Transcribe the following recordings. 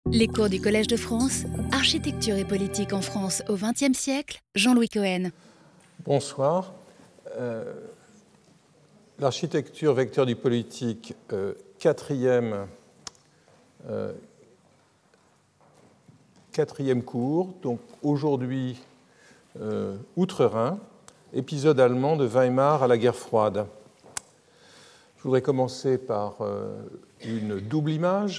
Les cours du Collège de France, Architecture et politique en France au XXe siècle, Jean-Louis Cohen. Bonsoir. L'architecture, vecteur du politique, quatrième cours. Donc aujourd'hui, Outre-Rhin, épisode allemand de Weimar à la guerre froide. Je voudrais commencer par une double image.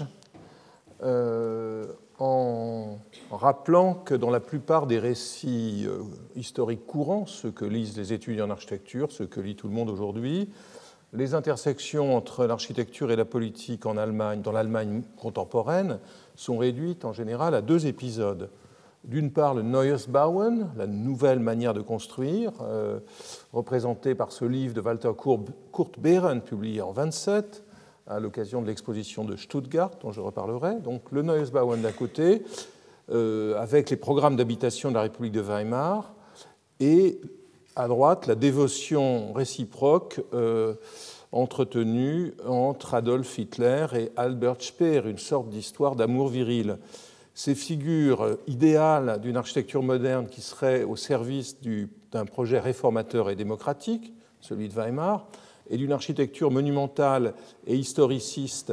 En rappelant que dans la plupart des récits historiques courants, ceux que lisent les étudiants en architecture, ceux que lit tout le monde aujourd'hui, les intersections entre l'architecture et la politique en Allemagne, dans l'Allemagne contemporaine, sont réduites en général à deux épisodes. D'une part, le Neues Bauen, la nouvelle manière de construire, représentée par ce livre de Walter Kurt Behrens, publié en 1927, à l'occasion de l'exposition de Stuttgart, dont je reparlerai. Donc le Neues Bauen d'un côté, avec les programmes d'habitation de la République de Weimar, et à droite, la dévotion réciproque entretenue entre Adolf Hitler et Albert Speer, une sorte d'histoire d'amour viril. Ces figures idéales d'une architecture moderne qui serait au service d'un projet réformateur et démocratique, celui de Weimar, et d'une architecture monumentale et historiciste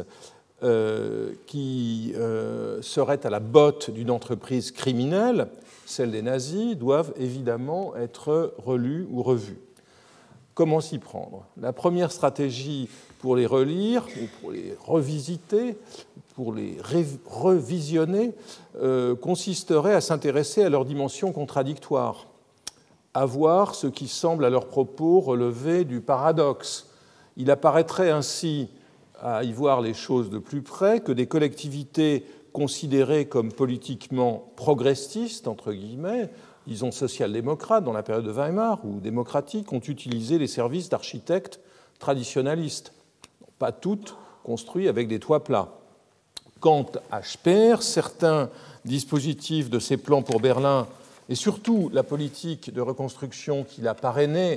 qui serait à la botte d'une entreprise criminelle, celle des nazis, doivent évidemment être relues ou revues. Comment s'y prendre ? La première stratégie pour les relire, ou pour les revisiter, pour les revisionner, consisterait à s'intéresser à leurs dimensions contradictoires, à voir ce qui semble à leurs propos relever du paradoxe. Il apparaîtrait ainsi, à y voir les choses de plus près, que des collectivités considérées comme politiquement progressistes, entre guillemets, disons social-démocrates dans la période de Weimar, ou démocratiques, ont utilisé les services d'architectes traditionnalistes, pas toutes construits avec des toits plats. Quant à Speer, certains dispositifs de ses plans pour Berlin et surtout la politique de reconstruction qu'il a parrainée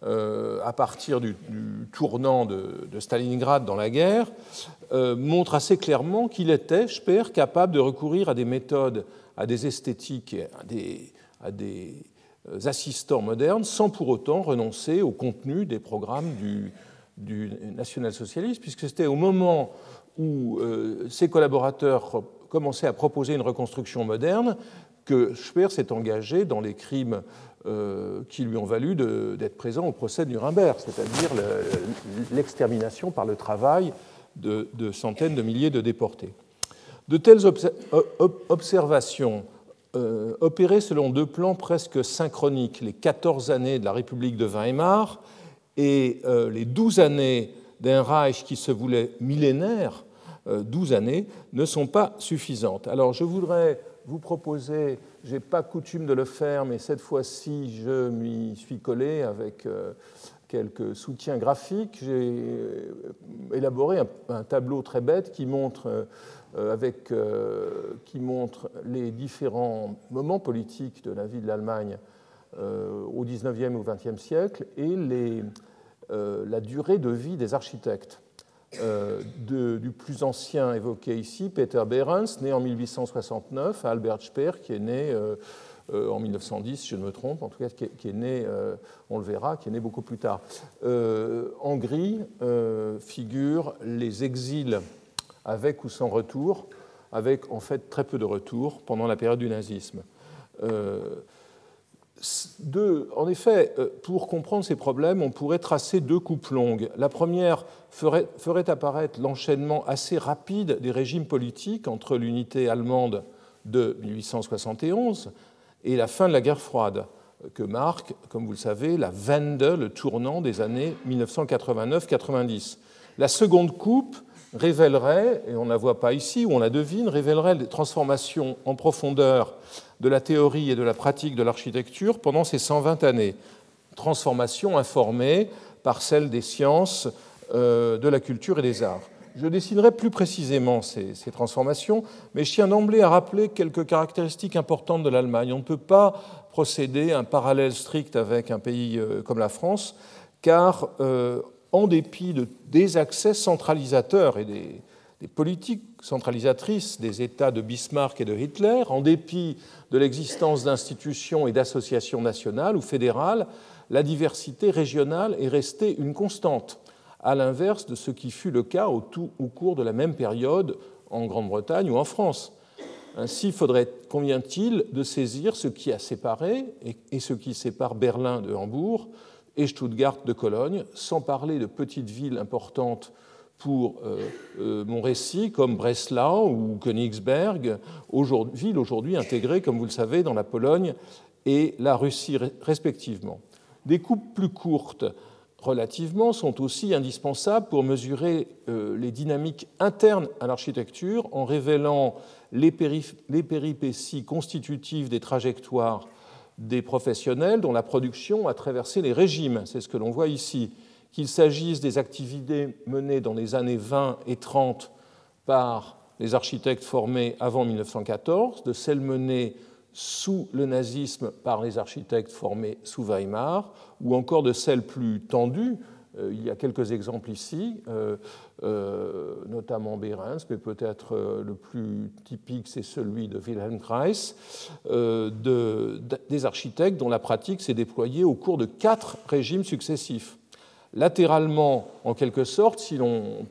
à partir du tournant de Stalingrad dans la guerre, montrent assez clairement qu'il était, Speer, capable de recourir à des méthodes, à des esthétiques, à des assistants modernes, sans pour autant renoncer au contenu des programmes du national-socialisme, puisque c'était au moment où ses collaborateurs commençaient à proposer une reconstruction moderne que Speer s'est engagé dans les crimes qui lui ont valu d'être présent au procès de Nuremberg, c'est-à-dire l'extermination par le travail de centaines de milliers de déportés. De telles observations opérées selon deux plans presque synchroniques, les 14 années de la République de Weimar et les 12 années d'un Reich qui se voulait millénaire, 12 années, ne sont pas suffisantes. Alors je voudrais vous proposer, je n'ai pas coutume de le faire, mais cette fois-ci, je m'y suis collé avec quelques soutiens graphiques. J'ai élaboré un tableau très bête qui montre les différents moments politiques de la vie de l'Allemagne au XIXe et au XXe siècle et la durée de vie des architectes. Du plus ancien évoqué ici, Peter Behrens, né en 1869, à Albert Speer, qui est né en 1910, si je ne me trompe, en tout cas qui est né, on le verra, qui est né beaucoup plus tard. En gris figurent les exils avec ou sans retour, avec en fait très peu de retours pendant la période du nazisme. En effet, pour comprendre ces problèmes, on pourrait tracer deux coupes longues. La première ferait apparaître l'enchaînement assez rapide des régimes politiques entre l'unité allemande de 1871 et la fin de la guerre froide, que marque, comme vous le savez, la Wende, le tournant des années 1989-90. La seconde coupe révélerait, et on ne la voit pas ici, ou on la devine, révélerait les transformations en profondeur de la théorie et de la pratique de l'architecture pendant ces 120 années. Transformations informées par celles des sciences, de la culture et des arts. Je dessinerai plus précisément ces transformations, mais je tiens d'emblée à rappeler quelques caractéristiques importantes de l'Allemagne. On ne peut pas procéder à un parallèle strict avec un pays comme la France, car en dépit des accès centralisateurs et des politiques centralisatrices des États de Bismarck et de Hitler, en dépit de l'existence d'institutions et d'associations nationales ou fédérales, la diversité régionale est restée une constante, à l'inverse de ce qui fut le cas au cours de la même période en Grande-Bretagne ou en France. Ainsi convient-il de saisir ce qui a séparé et ce qui sépare Berlin de Hambourg et Stuttgart de Cologne, sans parler de petites villes importantes pour mon récit, comme Breslau ou Königsberg, villes aujourd'hui intégrées, comme vous le savez, dans la Pologne et la Russie respectivement. Des coupes plus courtes relativement sont aussi indispensables pour mesurer les dynamiques internes à l'architecture en révélant les péripéties constitutives des trajectoires des professionnels dont la production a traversé les régimes. C'est ce que l'on voit ici. Qu'il s'agisse des activités menées dans les années 20 et 30 par les architectes formés avant 1914, de celles menées sous le nazisme par les architectes formés sous Weimar, ou encore de celles plus tendues. Il y a quelques exemples ici, notamment Behrens, mais peut-être le plus typique, c'est celui de Wilhelm Kreis, des architectes dont la pratique s'est déployée au cours de 4 régimes successifs. Latéralement, en quelque sorte, si l'on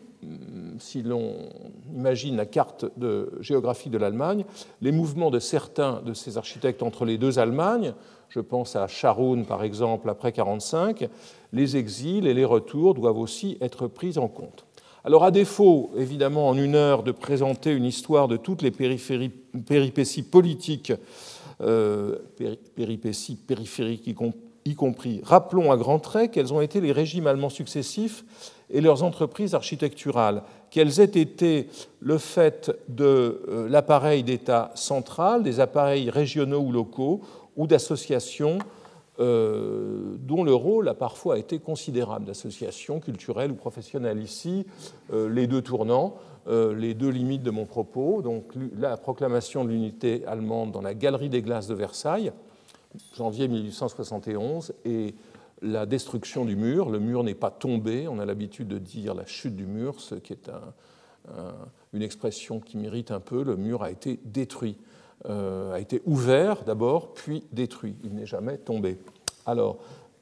imagine la carte géographique de l'Allemagne, les mouvements de certains de ces architectes entre les deux Allemagnes, je pense à Scharoun par exemple après 1945, les exils et les retours doivent aussi être pris en compte. Alors à défaut, évidemment, en une heure, de présenter une histoire de toutes les péripéties politiques, péripéties périphériques y compris, rappelons à grands traits quels ont été les régimes allemands successifs et leurs entreprises architecturales, quels aient été le fait de l'appareil d'État central, des appareils régionaux ou locaux, ou d'associations dont le rôle a parfois été considérable, d'associations culturelles ou professionnelles. Ici, les deux tournants, les deux limites de mon propos, donc la proclamation de l'unité allemande dans la Galerie des Glaces de Versailles, janvier 1871, et la destruction du mur. Le mur n'est pas tombé, on a l'habitude de dire la chute du mur, ce qui est une expression qui m'irrite un peu. Le mur a été détruit, a été ouvert d'abord, puis détruit. Il n'est jamais tombé. Alors,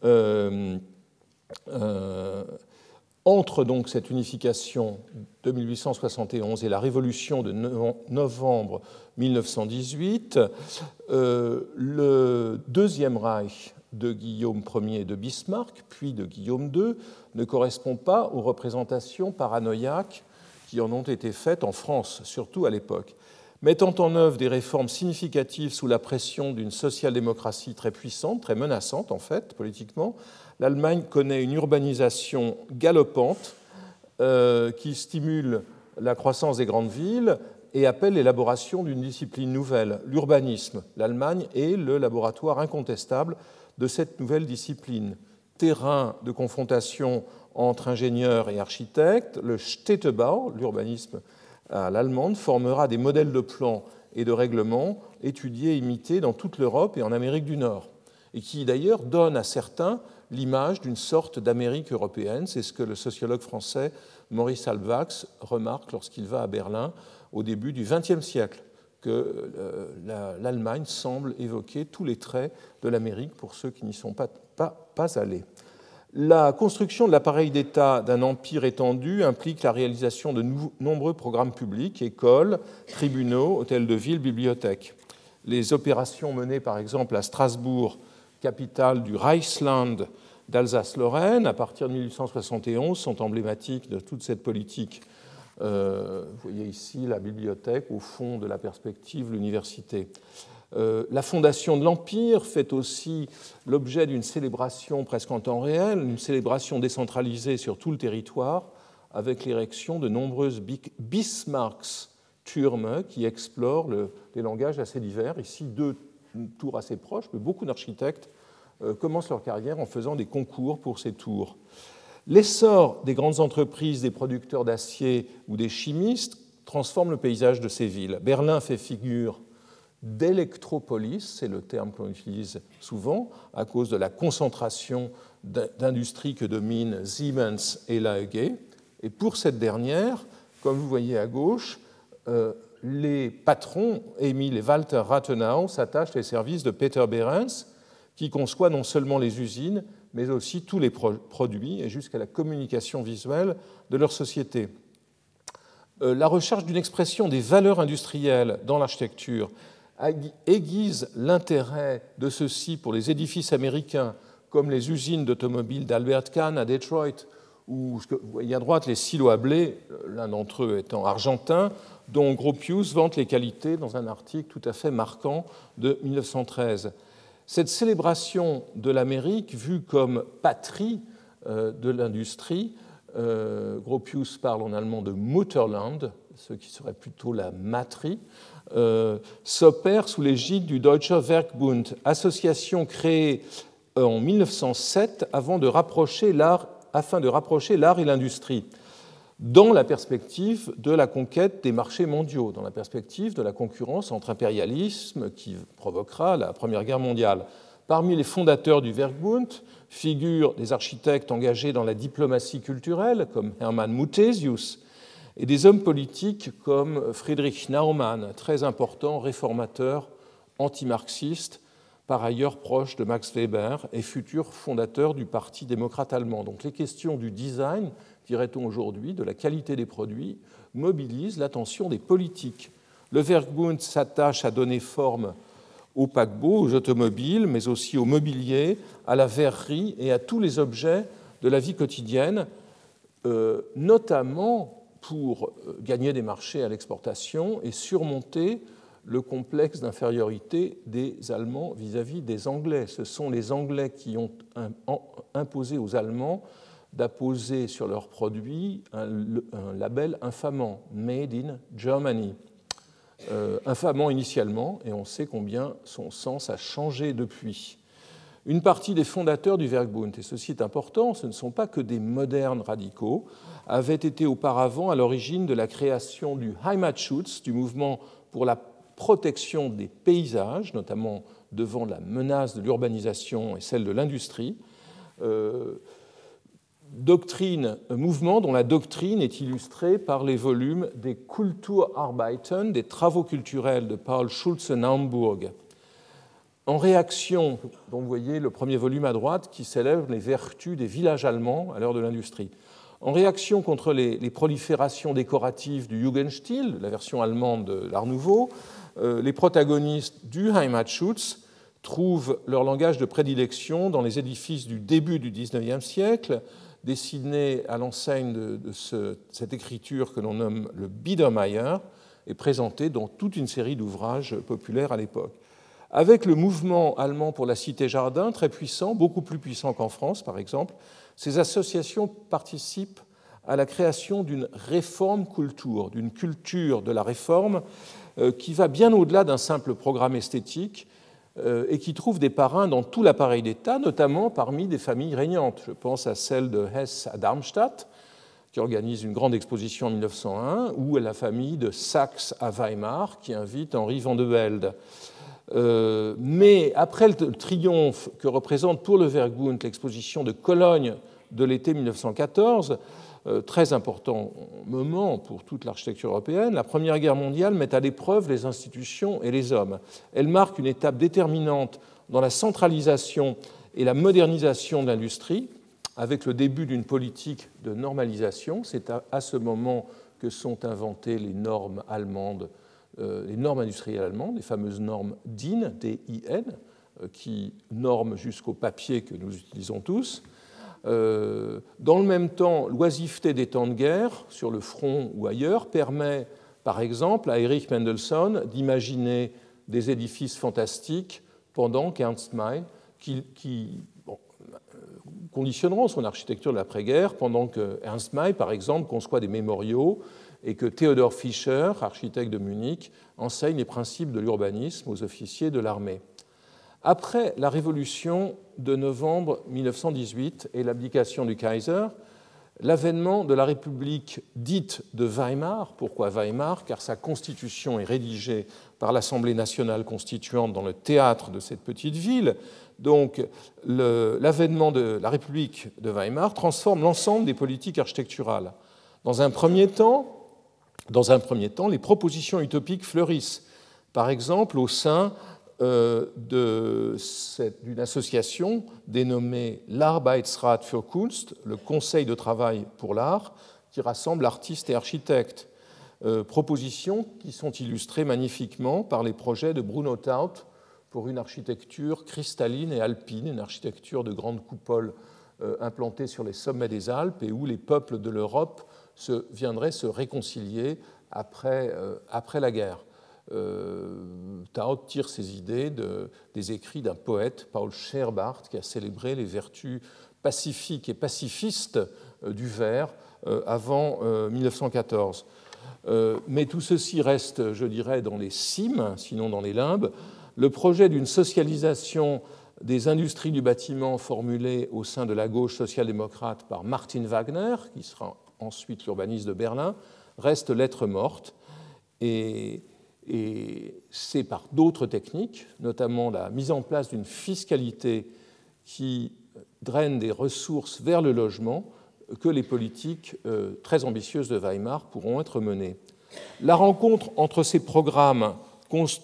entre donc cette unification de 1871 et la révolution de novembre 1918, le Deuxième Reich de Guillaume Ier et de Bismarck, puis de Guillaume II, ne correspond pas aux représentations paranoïaques qui en ont été faites en France, surtout à l'époque. Mettant en œuvre des réformes significatives sous la pression d'une social-démocratie très puissante, très menaçante en fait, politiquement, l'Allemagne connaît une urbanisation galopante qui stimule la croissance des grandes villes et appelle l'élaboration d'une discipline nouvelle, l'urbanisme. L'Allemagne est le laboratoire incontestable de cette nouvelle discipline. Terrain de confrontation entre ingénieurs et architectes, le Städtebau, l'urbanisme à l'allemande, formera des modèles de plans et de règlements étudiés et imités dans toute l'Europe et en Amérique du Nord, et qui d'ailleurs donne à certains l'image d'une sorte d'Amérique européenne. C'est ce que le sociologue français Maurice Halbwachs remarque lorsqu'il va à Berlin au début du XXe siècle, que l'Allemagne semble évoquer tous les traits de l'Amérique pour ceux qui n'y sont pas allés. La construction de l'appareil d'État d'un empire étendu implique la réalisation de nombreux programmes publics, écoles, tribunaux, hôtels de ville, bibliothèques. Les opérations menées par exemple à Strasbourg, capitale du Reichsland d'Alsace-Lorraine, à partir de 1871, sont emblématiques de toute cette politique. Vous voyez ici la bibliothèque, au fond de la perspective, l'université. La fondation de l'Empire fait aussi l'objet d'une célébration presque en temps réel, une célébration décentralisée sur tout le territoire, avec l'érection de nombreuses Bismarckstürme qui explorent les langages assez divers. Ici, deux tours assez proches, mais beaucoup d'architectes commencent leur carrière en faisant des concours pour ces tours. L'essor des grandes entreprises, des producteurs d'acier ou des chimistes transforme le paysage de ces villes. Berlin fait figure d'électropolis, c'est le terme qu'on utilise souvent, à cause de la concentration d'industries que dominent Siemens et l'AEG. Et pour cette dernière, Comme vous voyez à gauche, les patrons, Emil et Walter Rathenau, s'attachent les services de Peter Behrens, qui conçoit non seulement les usines, mais aussi tous les produits et jusqu'à la communication visuelle de leur société. La recherche d'une expression des valeurs industrielles dans l'architecture aiguise l'intérêt de ceux-ci pour les édifices américains, comme les usines d'automobiles d'Albert Kahn à Detroit, ou vous voyez à droite les silos à blé, l'un d'entre eux étant argentin, dont Gropius vante les qualités dans un article tout à fait marquant de 1913. Cette célébration de l'Amérique, vue comme patrie de l'industrie, Gropius parle en allemand de Mutterland, ce qui serait plutôt la matrie, s'opère sous l'égide du Deutscher Werkbund, association créée en 1907 afin de rapprocher l'art et l'industrie, dans la perspective de la conquête des marchés mondiaux, dans la perspective de la concurrence entre impérialisme qui provoquera la Première Guerre mondiale. Parmi les fondateurs du Werkbund figurent des architectes engagés dans la diplomatie culturelle, comme Hermann Muthesius, et des hommes politiques comme Friedrich Naumann, très important réformateur anti-marxiste, par ailleurs proche de Max Weber et futur fondateur du Parti démocrate allemand. Donc les questions du design, dirait-on aujourd'hui, de la qualité des produits, mobilisent l'attention des politiques. Le Werkbund s'attache à donner forme aux paquebots, aux automobiles, mais aussi au mobilier, à la verrerie et à tous les objets de la vie quotidienne, notamment pour gagner des marchés à l'exportation et surmonter le complexe d'infériorité des Allemands vis-à-vis des Anglais. Ce sont les Anglais qui ont imposé aux Allemands d'apposer sur leurs produits un label infamant, Made in Germany. Infamant initialement, et on sait combien son sens a changé depuis. Une partie des fondateurs du Werkbund, et ceci est important, ce ne sont pas que des modernes radicaux, avaient été auparavant à l'origine de la création du Heimatschutz, du mouvement pour la protection des paysages, notamment devant la menace de l'urbanisation et celle de l'industrie, mouvement dont la doctrine est illustrée par les volumes des Kulturarbeiten, des travaux culturels de Paul Schulze-Naumburg. En réaction, donc vous voyez le premier volume à droite qui célèbre les vertus des villages allemands à l'heure de l'industrie. En réaction contre les proliférations décoratives du Jugendstil, la version allemande de l'Art Nouveau, les protagonistes du Heimatschutz trouvent leur langage de prédilection dans les édifices du début du XIXe siècle, dessinés à l'enseigne de cette écriture que l'on nomme le Biedermeier et présentés dans toute une série d'ouvrages populaires à l'époque. Avec le mouvement allemand pour la cité-jardin, très puissant, beaucoup plus puissant qu'en France par exemple, ces associations participent à la création d'une Reformkultur, d'une culture de la réforme qui va bien au-delà d'un simple programme esthétique et qui trouve des parrains dans tout l'appareil d'État, notamment parmi des familles régnantes. Je pense à celle de Hesse à Darmstadt, qui organise une grande exposition en 1901, ou à la famille de Saxe à Weimar, qui invite Henri van de Velde. Mais après le triomphe que représente pour le Werkbund l'exposition de Cologne de l'été 1914, très important moment pour toute l'architecture européenne, la Première Guerre mondiale met à l'épreuve les institutions et les hommes. Elle marque une étape déterminante dans la centralisation et la modernisation de l'industrie, avec le début d'une politique de normalisation. C'est à ce moment que sont inventées les normes allemandes, les normes industrielles allemandes, les fameuses normes DIN, D-I-N, qui norment jusqu'au papier que nous utilisons tous. Dans le même temps, l'oisiveté des temps de guerre, sur le front ou ailleurs, permet, par exemple, à Erich Mendelssohn d'imaginer des édifices fantastiques pendant qu'Ernst May, qui conditionneront son architecture de l'après-guerre, pendant que Ernst May, par exemple, conçoit des mémoriaux et que Theodor Fischer, architecte de Munich, enseigne les principes de l'urbanisme aux officiers de l'armée. Après la révolution de novembre 1918 et l'abdication du Kaiser, l'avènement de la République dite de Weimar. Pourquoi Weimar? Car sa constitution est rédigée par l'Assemblée nationale constituante dans le théâtre de cette petite ville. Donc l'avènement de la République de Weimar transforme l'ensemble des politiques architecturales. Dans un premier temps, Dans un premier temps, les propositions utopiques fleurissent. Par exemple, au sein d'une association dénommée l'Arbeitsrat für Kunst, le Conseil de travail pour l'art, qui rassemble artistes et architectes. Propositions qui sont illustrées magnifiquement par les projets de Bruno Taut pour une architecture cristalline et alpine, une architecture de grandes coupoles implantées sur les sommets des Alpes et où les peuples de l'Europe viendraient se réconcilier après la guerre. Taut tire ses idées des écrits d'un poète, Paul Scherbart, qui a célébré les vertus pacifiques et pacifistes du vers avant 1914. Mais tout ceci reste, je dirais, dans les cimes, sinon dans les limbes. Le projet d'une socialisation des industries du bâtiment formulé au sein de la gauche social-démocrate par Martin Wagner, qui sera ensuite l'urbaniste de Berlin, reste lettre morte. Et c'est par d'autres techniques, notamment la mise en place d'une fiscalité qui draine des ressources vers le logement, que les politiques très ambitieuses de Weimar pourront être menées. La rencontre entre ces programmes qui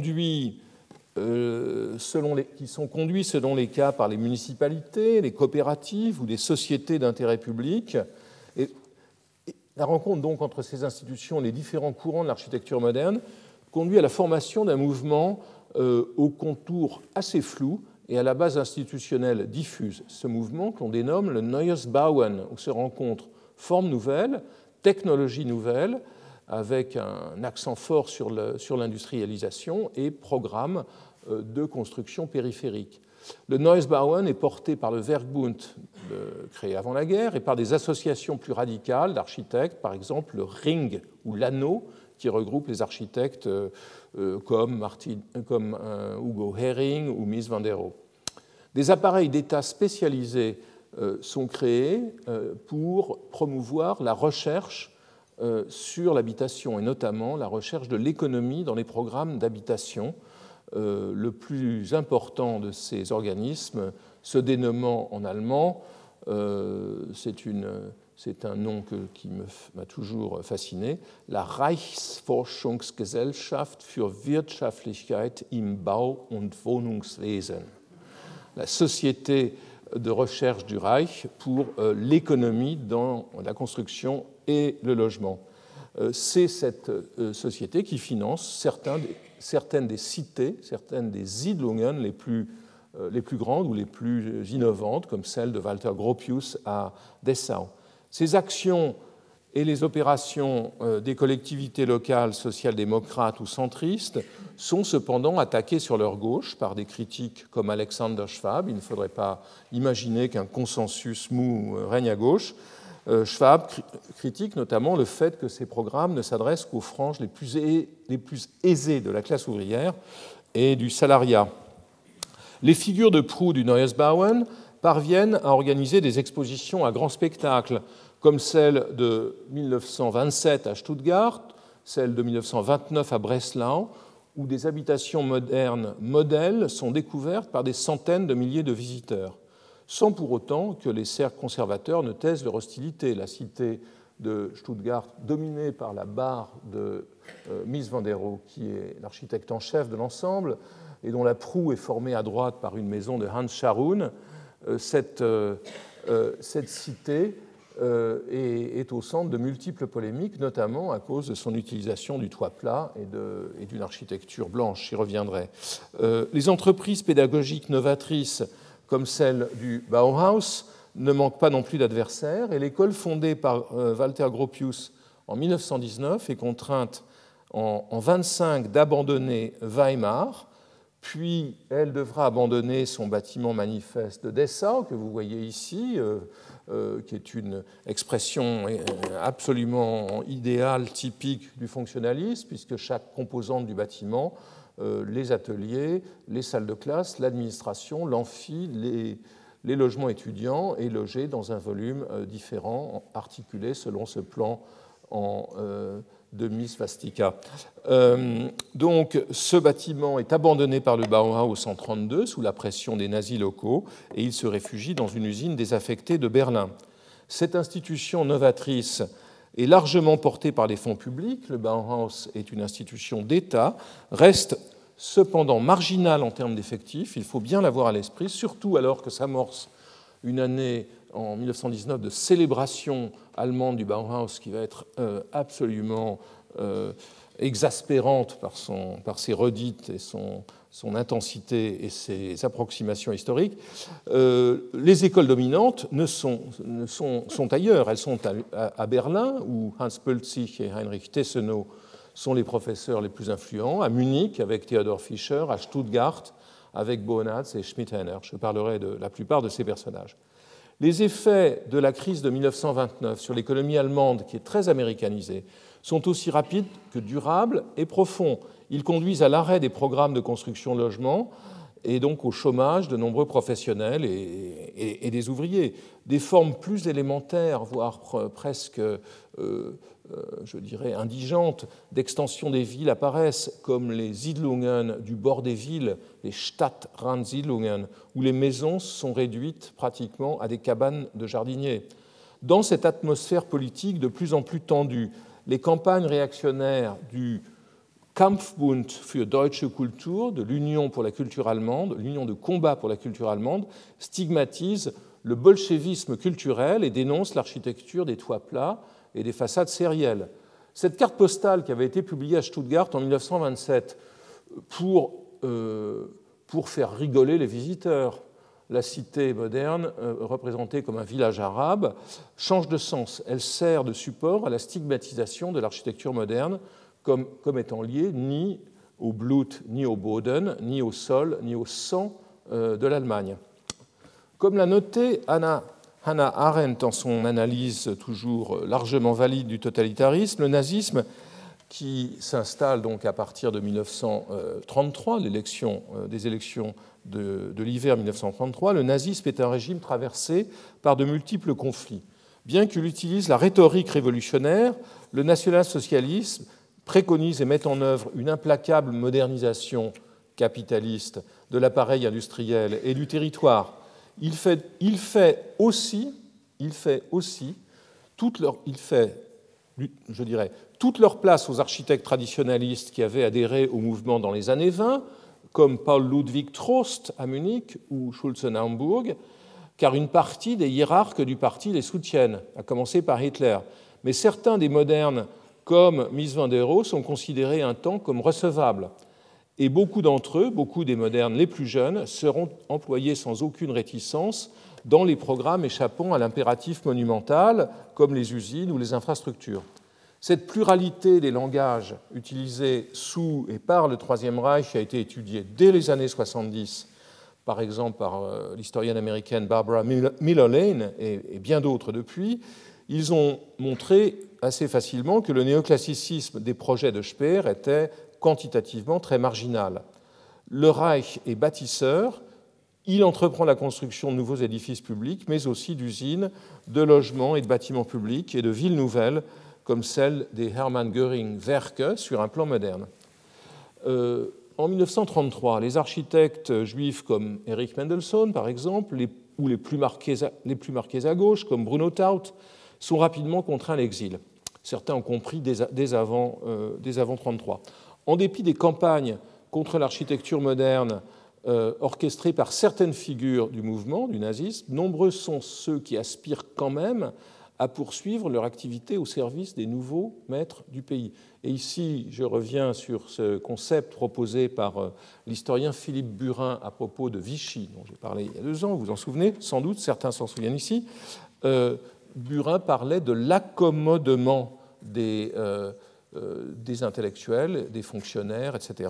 sont conduits selon les cas par les municipalités, les coopératives ou des sociétés d'intérêt public, et la rencontre donc entre ces institutions et les différents courants de l'architecture moderne conduit à la formation d'un mouvement aux contours assez flous et à la base institutionnelle diffuse. Ce mouvement qu'on dénomme le Neues Bauen, où se rencontrent formes nouvelles, technologies nouvelles, avec un accent fort sur l'industrialisation et programmes de construction périphérique. Le Neues Bauen est porté par le Werkbund créé avant la guerre et par des associations plus radicales d'architectes, par exemple le Ring ou l'Anneau, qui regroupe les architectes comme Hugo Hering ou Mies van der Rohe. Des appareils d'État spécialisés sont créés pour promouvoir la recherche sur l'habitation et notamment la recherche de l'économie dans les programmes d'habitation. Le plus important de ces organismes, se dénommant en allemand, c'est un nom qui m'a toujours fasciné, la Reichsforschungsgesellschaft für Wirtschaftlichkeit im Bau- und Wohnungswesen, la société de recherche du Reich pour l'économie dans la construction et le logement. C'est cette société qui finance certaines des cités, certaines des Siedlungen les plus grandes ou les plus innovantes, comme celle de Walter Gropius à Dessau. Ces actions et les opérations des collectivités locales social-démocrates ou centristes sont cependant attaquées sur leur gauche par des critiques comme Alexander Schwab. Il ne faudrait pas imaginer qu'un consensus mou règne à gauche. Schwab critique notamment le fait que ces programmes ne s'adressent qu'aux franges les plus aisées de la classe ouvrière et du salariat. Les figures de proue du Neues Bauen parviennent à organiser des expositions à grand spectacle, comme celle de 1927 à Stuttgart, celle de 1929 à Breslau, où des habitations modernes modèles sont découvertes par des centaines de milliers de visiteurs, sans pour autant que les cercles conservateurs ne taisent leur hostilité. La cité de Stuttgart, dominée par la barre de Mies van der Rohe, qui est l'architecte en chef de l'ensemble, et dont la proue est formée à droite par une maison de Hans Scharoun, cette cité est au centre de multiples polémiques, notamment à cause de son utilisation du toit plat et d'une architecture blanche. J'y reviendrai. Les entreprises pédagogiques novatrices, comme celle du Bauhaus, ne manquent pas non plus d'adversaires, et l'école fondée par Walter Gropius en 1919 est contrainte en 1925 d'abandonner Weimar, puis elle devra abandonner son bâtiment manifeste de Dessau, que vous voyez ici, qui est une expression absolument idéale, typique du fonctionnalisme, puisque chaque composante du bâtiment, les ateliers, les salles de classe, l'administration, l'amphi, les logements étudiants, est logé dans un volume différent, articulé selon ce plan en demi-svastika. Donc, ce bâtiment est abandonné par le Bauhaus en 1932 sous la pression des nazis locaux et il se réfugie dans une usine désaffectée de Berlin. Cette institution novatrice est largement porté par les fonds publics, le Bauhaus est une institution d'État, reste cependant marginal en termes d'effectifs, il faut bien l'avoir à l'esprit, surtout alors que s'amorce une année en 1919 de célébration allemande du Bauhaus qui va être absolument exaspérante par ses redites et son intensité et ses approximations historiques. Les écoles dominantes sont ailleurs. Elles sont à Berlin, où Hans Pölzig et Heinrich Tessenow sont les professeurs les plus influents, à Munich avec Theodor Fischer, à Stuttgart avec Bohnatz et Schmitthenner. Je parlerai de la plupart de ces personnages. Les effets de la crise de 1929 sur l'économie allemande, qui est très américanisée, sont aussi rapides que durables et profonds. Ils conduisent à l'arrêt des programmes de construction de logements et donc au chômage de nombreux professionnels et des ouvriers. Des formes plus élémentaires, voire presque, je dirais, indigentes, d'extension des villes apparaissent, comme les Siedlungen du bord des villes, les Stadtrandsiedlungen, où les maisons sont réduites pratiquement à des cabanes de jardiniers. Dans cette atmosphère politique de plus en plus tendue, les campagnes réactionnaires du Kampfbund für deutsche Kultur, de l'Union pour la culture allemande, l'Union de combat pour la culture allemande, stigmatisent le bolchevisme culturel et dénoncent l'architecture des toits plats et des façades sérielles. Cette carte postale qui avait été publiée à Stuttgart en 1927 pour faire rigoler les visiteurs, la cité moderne, représentée comme un village arabe, change de sens. Elle sert de support à la stigmatisation de l'architecture moderne comme étant liée ni au Blut, ni au Boden, ni au sol, ni au sang de l'Allemagne. Comme l'a noté Hannah Arendt en son analyse toujours largement valide du totalitarisme, le nazisme, qui s'installe donc à partir de 1933, des élections de l'hiver 1933, le nazisme est un régime traversé par de multiples conflits. Bien qu'il utilise la rhétorique révolutionnaire, le national-socialisme préconise et met en œuvre une implacable modernisation capitaliste de l'appareil industriel et du territoire. Il fait aussi toute leur place aux architectes traditionnalistes qui avaient adhéré au mouvement dans les années 20, comme Paul Ludwig Trost à Munich ou Schulzen à Hambourg, car une partie des hiérarques du parti les soutiennent, à commencer par Hitler. Mais certains des modernes, comme Mies van der Rohe, sont considérés un temps comme recevables. Et beaucoup d'entre eux, beaucoup des modernes les plus jeunes, seront employés sans aucune réticence dans les programmes échappant à l'impératif monumental, comme les usines ou les infrastructures. Cette pluralité des langages utilisés sous et par le Troisième Reich a été étudiée dès les années 70, par exemple par l'historienne américaine Barbara Miller-Lane et bien d'autres depuis. Ils ont montré assez facilement que le néoclassicisme des projets de Speer était quantitativement très marginal. Le Reich est bâtisseur, il entreprend la construction de nouveaux édifices publics, mais aussi d'usines, de logements et de bâtiments publics et de villes nouvelles, comme celle des Hermann Göring Werke sur un plan moderne. En 1933, les architectes juifs comme Erich Mendelssohn, par exemple, ou les plus marqués à gauche, comme Bruno Taut, sont rapidement contraints à l'exil. Certains ont compris dès avant 1933. En dépit des campagnes contre l'architecture moderne orchestrées par certaines figures du mouvement, du nazisme, nombreux sont ceux qui aspirent quand même à poursuivre leur activité au service des nouveaux maîtres du pays. Et ici, je reviens sur ce concept proposé par l'historien Philippe Burin à propos de Vichy, dont j'ai parlé il y a 2 ans, vous vous en souvenez, sans doute, certains s'en souviennent ici. Burin parlait de l'accommodement des intellectuels, des fonctionnaires, etc.,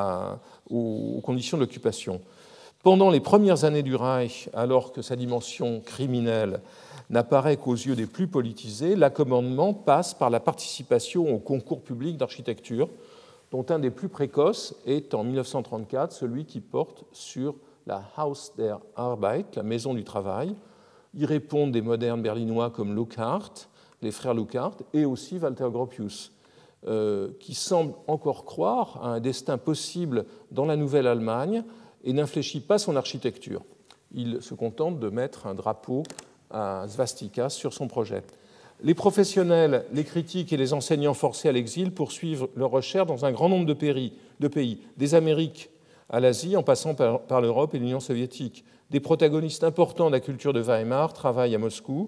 aux conditions de l'occupation. Pendant les premières années du Reich, alors que sa dimension criminelle n'apparaît qu'aux yeux des plus politisés, l'accommodement passe par la participation au concours public d'architecture, dont un des plus précoces est en 1934 celui qui porte sur la Haus der Arbeit, la maison du travail. Y répondent des modernes berlinois comme Luckhard, les frères Luckhard, et aussi Walter Gropius, qui semble encore croire à un destin possible dans la Nouvelle-Allemagne et n'infléchit pas son architecture. Il se contente de mettre un drapeau à svastika sur son projet. Les professionnels, les critiques et les enseignants forcés à l'exil poursuivent leurs recherches dans un grand nombre de pays, des Amériques à l'Asie, en passant par l'Europe et l'Union soviétique. Des protagonistes importants de la culture de Weimar travaillent à Moscou,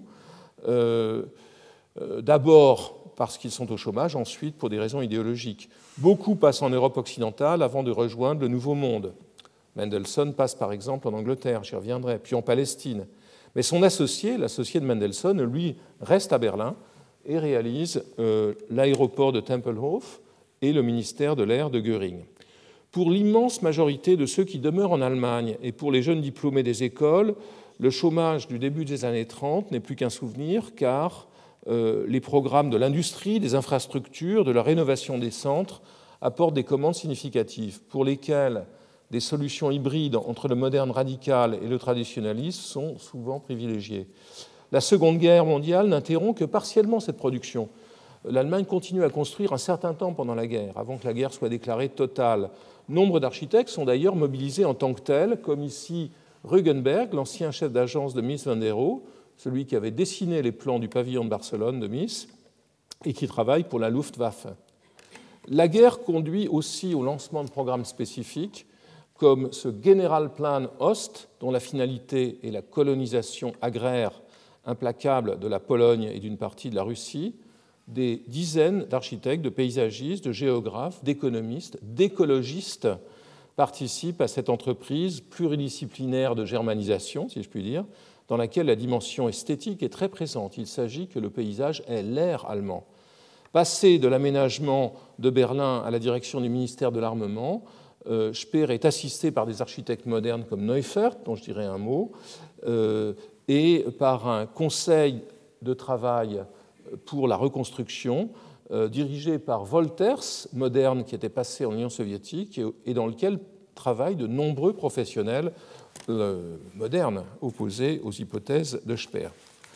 d'abord parce qu'ils sont au chômage, ensuite pour des raisons idéologiques. Beaucoup passent en Europe occidentale avant de rejoindre le Nouveau Monde. Mendelssohn passe par exemple en Angleterre, j'y reviendrai, puis en Palestine. Mais son associé, l'associé de Mendelssohn, lui, reste à Berlin et réalise l'aéroport de Tempelhof et le ministère de l'air de Göring. Pour l'immense majorité de ceux qui demeurent en Allemagne et pour les jeunes diplômés des écoles, le chômage du début des années 30 n'est plus qu'un souvenir, car les programmes de l'industrie, des infrastructures, de la rénovation des centres apportent des commandes significatives pour lesquelles des solutions hybrides entre le moderne radical et le traditionnalisme sont souvent privilégiées. La Seconde Guerre mondiale n'interrompt que partiellement cette production. L'Allemagne continue à construire un certain temps pendant la guerre, avant que la guerre soit déclarée totale. Nombre d'architectes sont d'ailleurs mobilisés en tant que tels, comme ici Rügenberg, l'ancien chef d'agence de Mies van der Rohe, celui qui avait dessiné les plans du pavillon de Barcelone de Mies, et qui travaille pour la Luftwaffe. La guerre conduit aussi au lancement de programmes spécifiques, comme ce Generalplan Ost, dont la finalité est la colonisation agraire implacable de la Pologne et d'une partie de la Russie. Des dizaines d'architectes, de paysagistes, de géographes, d'économistes, d'écologistes participent à cette entreprise pluridisciplinaire de germanisation, si je puis dire, dans laquelle la dimension esthétique est très présente. Il s'agit que le paysage ait l'air allemand. Passé de l'aménagement de Berlin à la direction du ministère de l'Armement, Speer est assisté par des architectes modernes comme Neufert, dont je dirai un mot, et par un conseil de travail pour la reconstruction dirigé par Wolters, moderne, qui était passé en Union soviétique et dans lequel travaillent de nombreux professionnels modernes opposés aux hypothèses de Speer.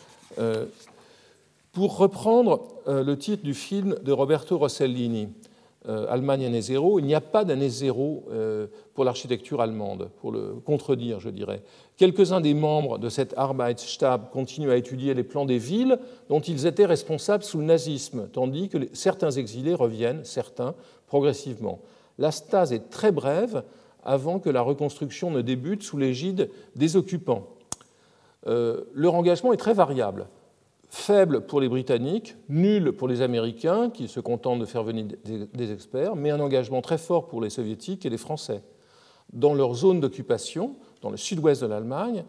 Pour reprendre le titre du film de Roberto Rossellini, Allemagne année zéro, il n'y a pas d'année zéro pour l'architecture allemande, pour le contredire, je dirais. Quelques-uns des membres de cet Arbeitsstab continuent à étudier les plans des villes dont ils étaient responsables sous le nazisme, tandis que certains exilés reviennent, certains, progressivement. La stase est très brève avant que la reconstruction ne débute sous l'égide des occupants. Leur engagement est très variable. Faible pour les Britanniques, nul pour les Américains, qui se contentent de faire venir des experts, mais un engagement très fort pour les Soviétiques et les Français. Dans leur zone d'occupation, dans le sud-ouest de l'Allemagne,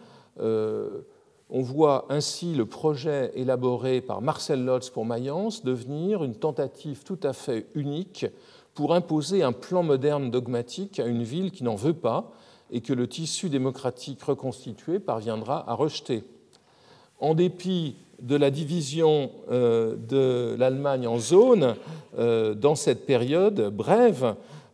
on voit ainsi le projet élaboré par Marcel Lotz pour Mayence devenir une tentative tout à fait unique pour imposer un plan moderne dogmatique à une ville qui n'en veut pas et que le tissu démocratique reconstitué parviendra à rejeter. En dépit de la division de l'Allemagne en zones, dans cette période brève,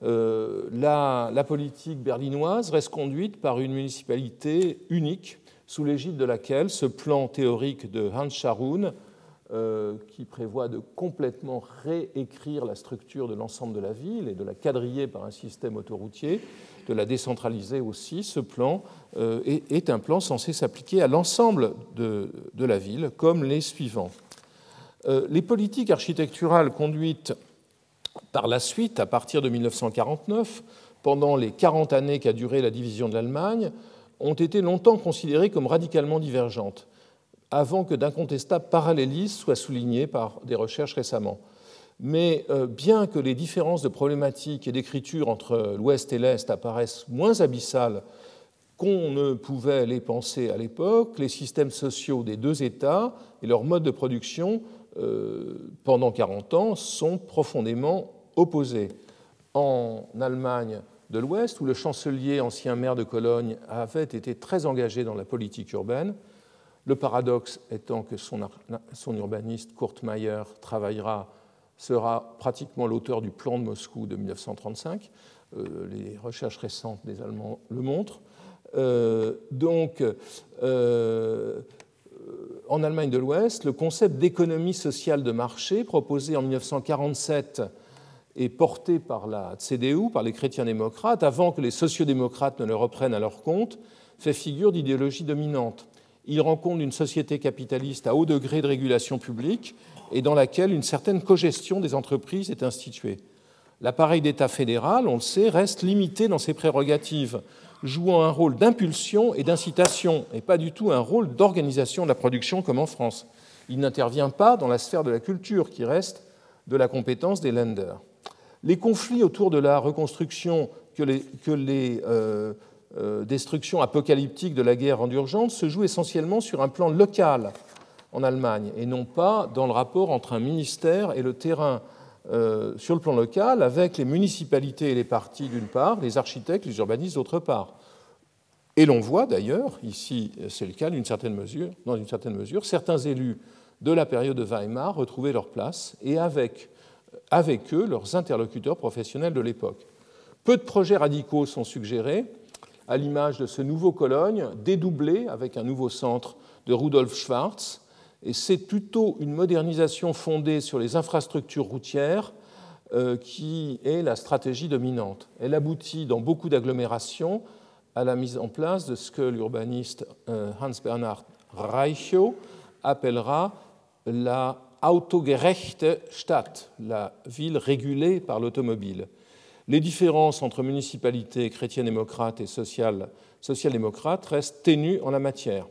la politique berlinoise reste conduite par une municipalité unique, sous l'égide de laquelle ce plan théorique de Hans Scharoun, qui prévoit de complètement réécrire la structure de l'ensemble de la ville et de la quadriller par un système autoroutier, de la décentraliser aussi, ce plan est un plan censé s'appliquer à l'ensemble de la ville, comme les suivants. Les politiques architecturales conduites par la suite, à partir de 1949, pendant les 40 années qu'a duré la division de l'Allemagne, ont été longtemps considérées comme radicalement divergentes, avant que d'incontestables parallélismes soient soulignés par des recherches récemment. Mais bien que les différences de problématiques et d'écriture entre l'Ouest et l'Est apparaissent moins abyssales qu'on ne pouvait les penser à l'époque, les systèmes sociaux des deux États et leur mode de production pendant 40 ans sont profondément opposés. En Allemagne de l'Ouest, où le chancelier, ancien maire de Cologne, avait été très engagé dans la politique urbaine, le paradoxe étant que son urbaniste Kurt Meyer sera pratiquement l'auteur du plan de Moscou de 1935. Les recherches récentes des Allemands le montrent. En Allemagne de l'Ouest, le concept d'économie sociale de marché, proposé en 1947 et porté par la CDU, par les chrétiens-démocrates, avant que les sociodémocrates ne le reprennent à leur compte, fait figure d'idéologie dominante. il rend compte d'une société capitaliste à haut degré de régulation publique et dans laquelle une certaine cogestion des entreprises est instituée. L'appareil d'État fédéral, on le sait, reste limité dans ses prérogatives, jouant un rôle d'impulsion et d'incitation, et pas du tout un rôle d'organisation de la production comme en France. Il n'intervient pas dans la sphère de la culture, qui reste de la compétence des Länder. Les conflits autour de la reconstruction que les destructions apocalyptiques de la guerre rendent urgente se jouent essentiellement sur un plan local en Allemagne, et non pas dans le rapport entre un ministère et le terrain. Sur le plan local, avec les municipalités et les partis d'une part, les architectes, les urbanistes d'autre part. Et l'on voit d'ailleurs, ici c'est le cas dans une certaine mesure, certains élus de la période de Weimar retrouver leur place et avec eux leurs interlocuteurs professionnels de l'époque. Peu de projets radicaux sont suggérés, à l'image de ce nouveau Cologne, dédoublé avec un nouveau centre de Rudolf Schwarz, et c'est plutôt une modernisation fondée sur les infrastructures routières qui est la stratégie dominante. Elle aboutit dans beaucoup d'agglomérations à la mise en place de ce que l'urbaniste Hans-Bernhard Reichow appellera la autogerechte Stadt, la ville régulée par l'automobile. Les différences entre municipalités chrétiennes-démocrates et social-démocrates restent ténues en la matière.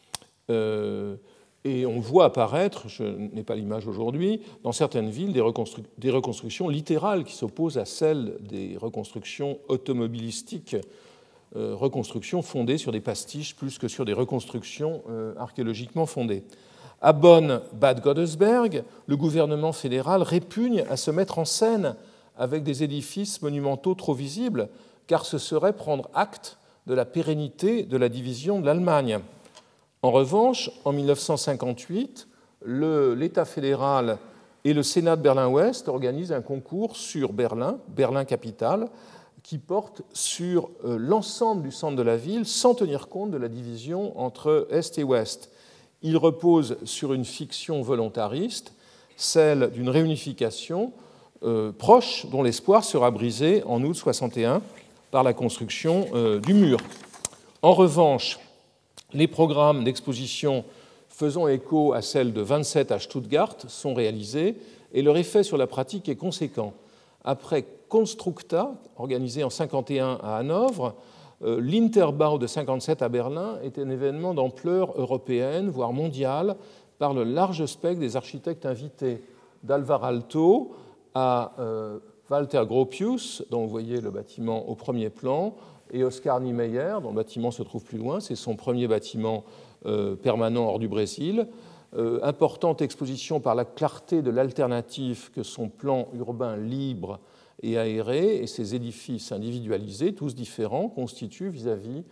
Et on voit apparaître, je n'ai pas l'image aujourd'hui, dans certaines villes des reconstructions littérales qui s'opposent à celles des reconstructions automobilistiques, reconstructions fondées sur des pastiches plus que sur des reconstructions archéologiquement fondées. À Bonn-Bad Godesberg, le gouvernement fédéral répugne à se mettre en scène avec des édifices monumentaux trop visibles, car ce serait prendre acte de la pérennité de la division de l'Allemagne. En revanche, en 1958, l'État fédéral et le Sénat de Berlin-Ouest organisent un concours sur Berlin-Capitale, qui porte sur l'ensemble du centre de la ville sans tenir compte de la division entre Est et Ouest. Il repose sur une fiction volontariste, celle d'une réunification proche dont l'espoir sera brisé en août 1961 par la construction du mur. En revanche, les programmes d'exposition faisant écho à celles de 27 à Stuttgart sont réalisés et leur effet sur la pratique est conséquent. Après Constructa, organisé en 1951 à Hanovre, l'Interbau de 1957 à Berlin est un événement d'ampleur européenne, voire mondiale, par le large spectre des architectes invités, d'Alvar Aalto à Walter Gropius, dont vous voyez le bâtiment au premier plan, et Oscar Niemeyer, dont le bâtiment se trouve plus loin, c'est son premier bâtiment permanent hors du Brésil. Importante exposition par la clarté de l'alternative que son plan urbain libre et aéré et ses édifices individualisés, tous différents, constituent vis-à-vis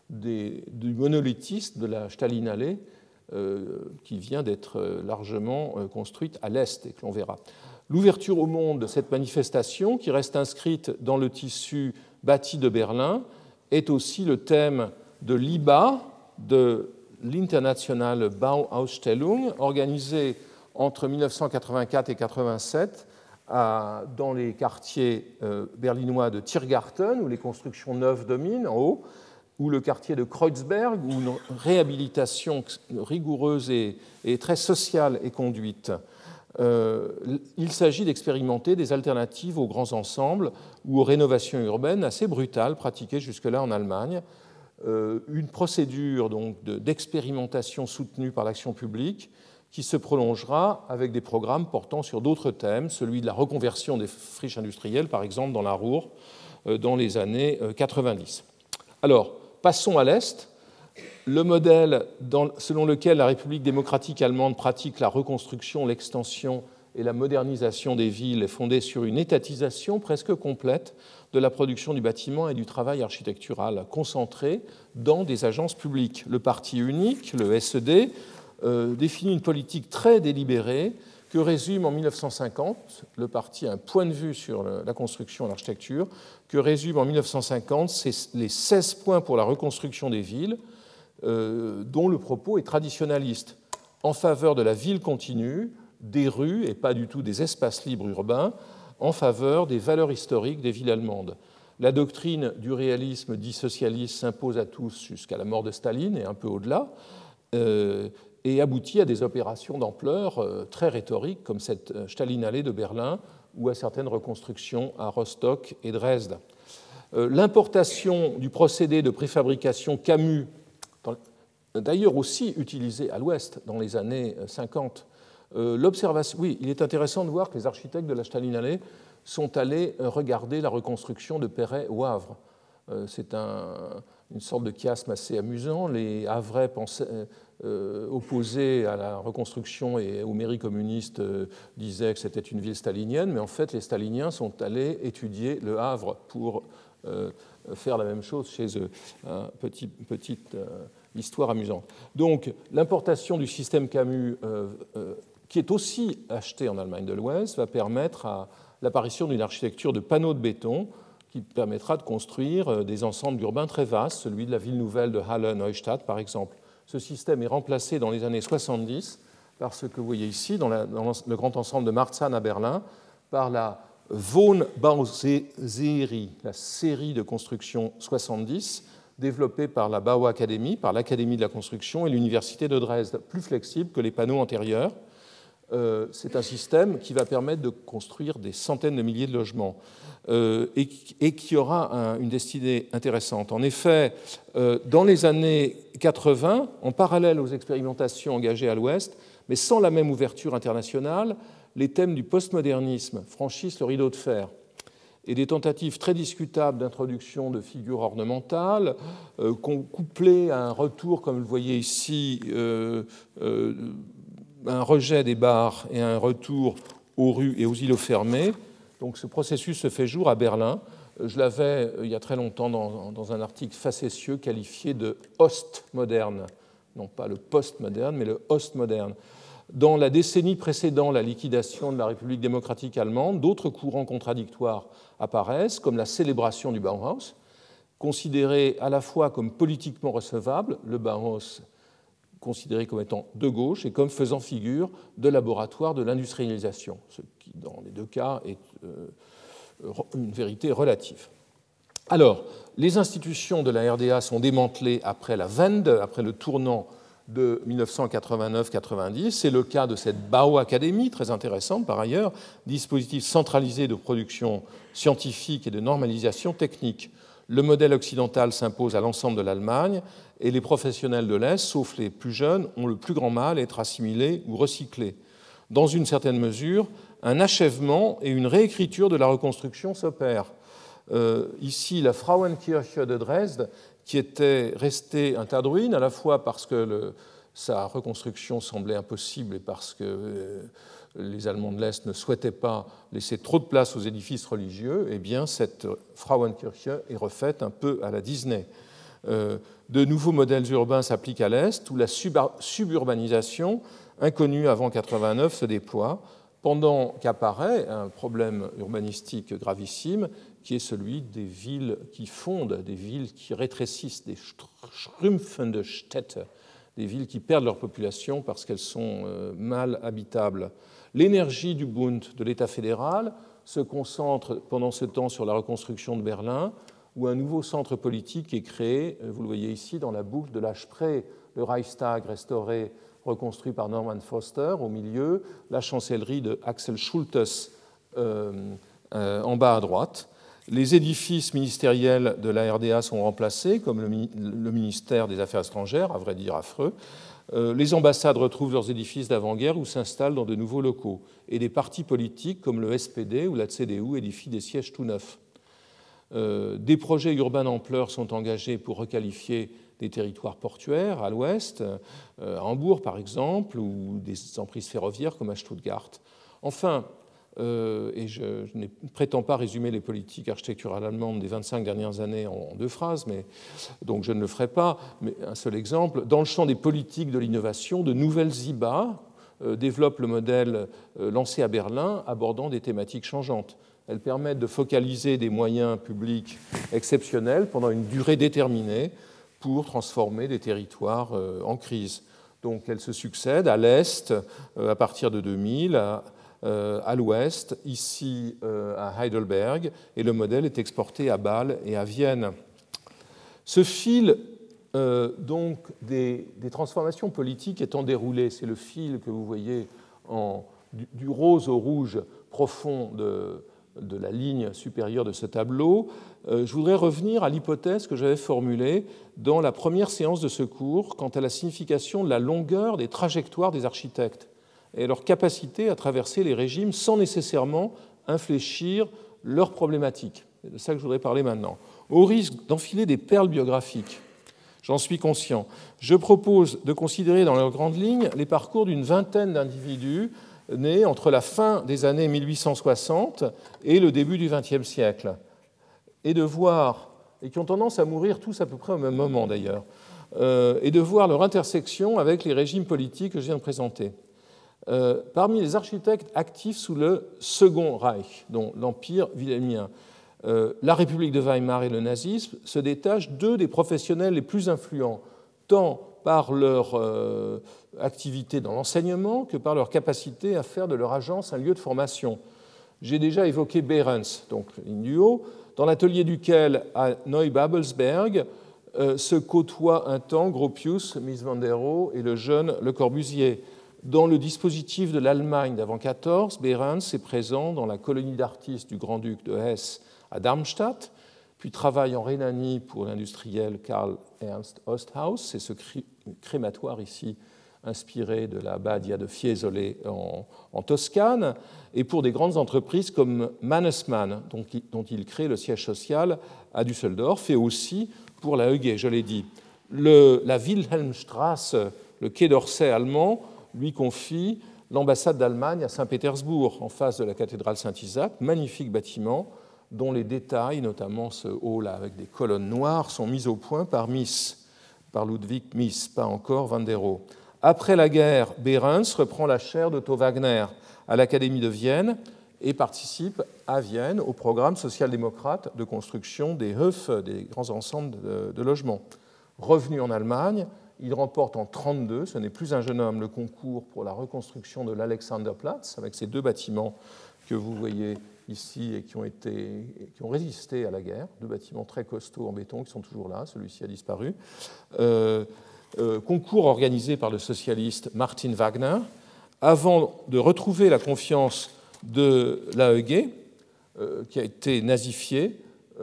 du monolithisme de la Stalinallee qui vient d'être largement construite à l'est et que l'on verra. L'ouverture au monde de cette manifestation, qui reste inscrite dans le tissu bâti de Berlin, est aussi le thème de l'IBA, de l'Internationale Bauausstellung, organisée entre 1984 et 1987 dans les quartiers berlinois de Tiergarten, où les constructions neuves dominent en haut, ou le quartier de Kreuzberg, où une réhabilitation rigoureuse et très sociale est conduite. Il s'agit d'expérimenter des alternatives aux grands ensembles ou aux rénovations urbaines assez brutales pratiquées jusque-là en Allemagne. Une procédure donc d'expérimentation soutenue par l'action publique qui se prolongera avec des programmes portant sur d'autres thèmes, celui de la reconversion des friches industrielles, par exemple dans la Ruhr, dans les années 90. Alors, passons à l'Est. Le modèle selon lequel la République démocratique allemande pratique la reconstruction, l'extension et la modernisation des villes est fondé sur une étatisation presque complète de la production du bâtiment et du travail architectural, concentré dans des agences publiques. Le parti unique, le SED, définit une politique très délibérée que résume en 1950, le parti a un point de vue sur la construction et l'architecture, que résume en 1950 les 16 points pour la reconstruction des villes, dont le propos est traditionnaliste, en faveur de la ville continue, des rues et pas du tout des espaces libres urbains, en faveur des valeurs historiques des villes allemandes. La doctrine du réalisme dit socialiste s'impose à tous jusqu'à la mort de Staline et un peu au-delà. et aboutit à des opérations d'ampleur très rhétoriques, comme cette Stalinallee de Berlin ou à certaines reconstructions à Rostock et Dresde. L'importation du procédé de préfabrication Camus, d'ailleurs aussi utilisé à l'Ouest dans les années 50, l'observation, oui, il est intéressant de voir que les architectes de la Stalinallee sont allés regarder la reconstruction de Perret au Havre. C'est une sorte de chiasme assez amusant. Les Havrais opposés à la reconstruction et aux mairies communistes disaient que c'était une ville stalinienne, mais en fait les staliniens sont allés étudier le Havre pour faire la même chose chez eux. Petite histoire amusante. Donc l'importation du système Camus, qui est aussi acheté en Allemagne de l'Ouest, va permettre à l'apparition d'une architecture de panneaux de béton qui permettra de construire des ensembles urbains très vastes, celui de la ville nouvelle de Halle-Neustadt par exemple. Ce système est remplacé dans les années 70 par ce que vous voyez ici, dans le grand ensemble de Marzahn à Berlin, par la Wohnbauserie, la série de construction 70, développée par la Bauakademie, par l'Académie de la construction et l'Université de Dresde, plus flexible que les panneaux antérieurs. C'est un système qui va permettre de construire des centaines de milliers de logements et qui aura une destinée intéressante. En effet, dans les années 80, en parallèle aux expérimentations engagées à l'Ouest, mais sans la même ouverture internationale, les thèmes du postmodernisme franchissent le rideau de fer. Et des tentatives très discutables d'introduction de figures ornementales, couplées à un retour, comme vous le voyez ici, un rejet des bars et un retour aux rues et aux îlots fermés. Donc ce processus se fait jour à Berlin. Je l'avais, il y a très longtemps, dans un article facétieux qualifié de Ostmoderne. Non pas le postmoderne, mais le Ostmoderne. Dans la décennie précédant la liquidation de la République démocratique allemande, d'autres courants contradictoires apparaissent, comme la célébration du Bauhaus, considéré à la fois comme politiquement recevable, le Bauhaus considéré comme étant de gauche et comme faisant figure de laboratoire de l'industrialisation, ce qui, dans les deux cas, est une vérité relative. Alors, les institutions de la RDA sont démantelées après la Wende, après le tournant de 1989-90. C'est le cas de cette Bauakademie, très intéressante par ailleurs, dispositif centralisé de production scientifique et de normalisation technique. Le modèle occidental s'impose à l'ensemble de l'Allemagne et les professionnels de l'Est, sauf les plus jeunes, ont le plus grand mal à être assimilés ou recyclés. Dans une certaine mesure, un achèvement et une réécriture de la reconstruction s'opèrent. Ici, la Frauenkirche de Dresde, qui était restée un tas de ruines, à la fois parce que sa reconstruction semblait impossible et parce que les Allemands de l'Est ne souhaitaient pas laisser trop de place aux édifices religieux, eh bien, cette Frauenkirche est refaite un peu à la Disney. De nouveaux modèles urbains s'appliquent à l'Est, où la suburbanisation, inconnue avant 1989, se déploie, pendant qu'apparaît un problème urbanistique gravissime, qui est celui des villes qui fondent, des villes qui rétrécissent, des schrumpfende Städte, des villes qui perdent leur population parce qu'elles sont mal habitables. L'énergie du Bund, de l'État fédéral, se concentre pendant ce temps sur la reconstruction de Berlin, où un nouveau centre politique est créé, vous le voyez ici, dans la boucle de la Spree, le Reichstag restauré, reconstruit par Norman Foster au milieu, la chancellerie de Axel Schultes en bas à droite. Les édifices ministériels de la RDA sont remplacés, comme le ministère des Affaires étrangères, à vrai dire affreux. Les ambassades retrouvent leurs édifices d'avant-guerre ou s'installent dans de nouveaux locaux. Et des partis politiques comme le SPD ou la CDU édifient des sièges tout neufs. Des projets urbains d'ampleur sont engagés pour requalifier des territoires portuaires à l'ouest, à Hambourg par exemple, ou des emprises ferroviaires comme à Stuttgart. Enfin, et je ne prétends pas résumer les politiques architecturales allemandes des 25 dernières années en deux phrases, donc je ne le ferai pas, mais un seul exemple. Dans le champ des politiques de l'innovation, de nouvelles IBA développent le modèle lancé à Berlin abordant des thématiques changeantes. Elles permettent de focaliser des moyens publics exceptionnels pendant une durée déterminée pour transformer des territoires en crise. Donc elles se succèdent à l'Est à partir de 2000, à l'Ouest, ici à Heidelberg, et le modèle est exporté à Bâle et à Vienne. Ce fil donc des transformations politiques étant déroulées. C'est le fil que vous voyez du rose au rouge profond de la ligne supérieure de ce tableau. Je voudrais revenir à l'hypothèse que j'avais formulée dans la première séance de ce cours quant à la signification de la longueur des trajectoires des architectes et leur capacité à traverser les régimes sans nécessairement infléchir leurs problématiques. C'est de ça que je voudrais parler maintenant. Au risque d'enfiler des perles biographiques, j'en suis conscient, je propose de considérer dans leurs grandes lignes les parcours d'une vingtaine d'individus nés entre la fin des années 1860 et le début du XXe siècle, et qui ont tendance à mourir tous à peu près au même moment d'ailleurs, et de voir leur intersection avec les régimes politiques que je viens de présenter. Parmi les architectes actifs sous le Second Reich, dont l'Empire wilhelmien, la République de Weimar et le nazisme, se détachent deux des professionnels les plus influents, tant par leur activité dans l'enseignement que par leur capacité à faire de leur agence un lieu de formation. J'ai déjà évoqué Behrens, donc ligne du haut, dans l'atelier duquel, à Neubabelsberg, se côtoient un temps Gropius, Mies van der Rohe et le jeune Le Corbusier. Dans le dispositif de l'Allemagne d'avant 14, Behrens est présent dans la colonie d'artistes du grand-duc de Hesse à Darmstadt, puis travaille en Rhénanie pour l'industriel Karl Ernst Osthaus, c'est ce crématoire ici inspiré de la Badia de Fiesole en Toscane, et pour des grandes entreprises comme Mannesmann, dont il crée le siège social à Düsseldorf, et aussi pour la EG, je l'ai dit. La Wilhelmstrasse, le quai d'Orsay allemand, lui confie l'ambassade d'Allemagne à Saint-Pétersbourg, en face de la cathédrale Saint-Isaac, magnifique bâtiment dont les détails, notamment ce haut-là avec des colonnes noires, sont mis au point par Ludwig Mies, pas encore van der Rohe. Après la guerre, Behrens reprend la chaire d'Otto Wagner à l'Académie de Vienne et participe à Vienne au programme social-démocrate de construction des Höfe, des grands ensembles de logements. Revenu en Allemagne, il remporte en 1932, ce n'est plus un jeune homme, le concours pour la reconstruction de l'Alexanderplatz, avec ces deux bâtiments que vous voyez ici et qui ont résisté à la guerre, deux bâtiments très costauds en béton qui sont toujours là, celui-ci a disparu. Concours organisé par le socialiste Martin Wagner, avant de retrouver la confiance de l'AEG, qui a été nazifiée,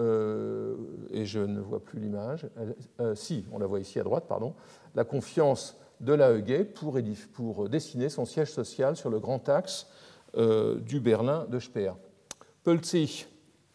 et je ne vois plus l'image, si, on la voit ici à droite, pardon, la confiance de l'AEG pour dessiner son siège social sur le grand axe du Berlin de Speer. Pölzig,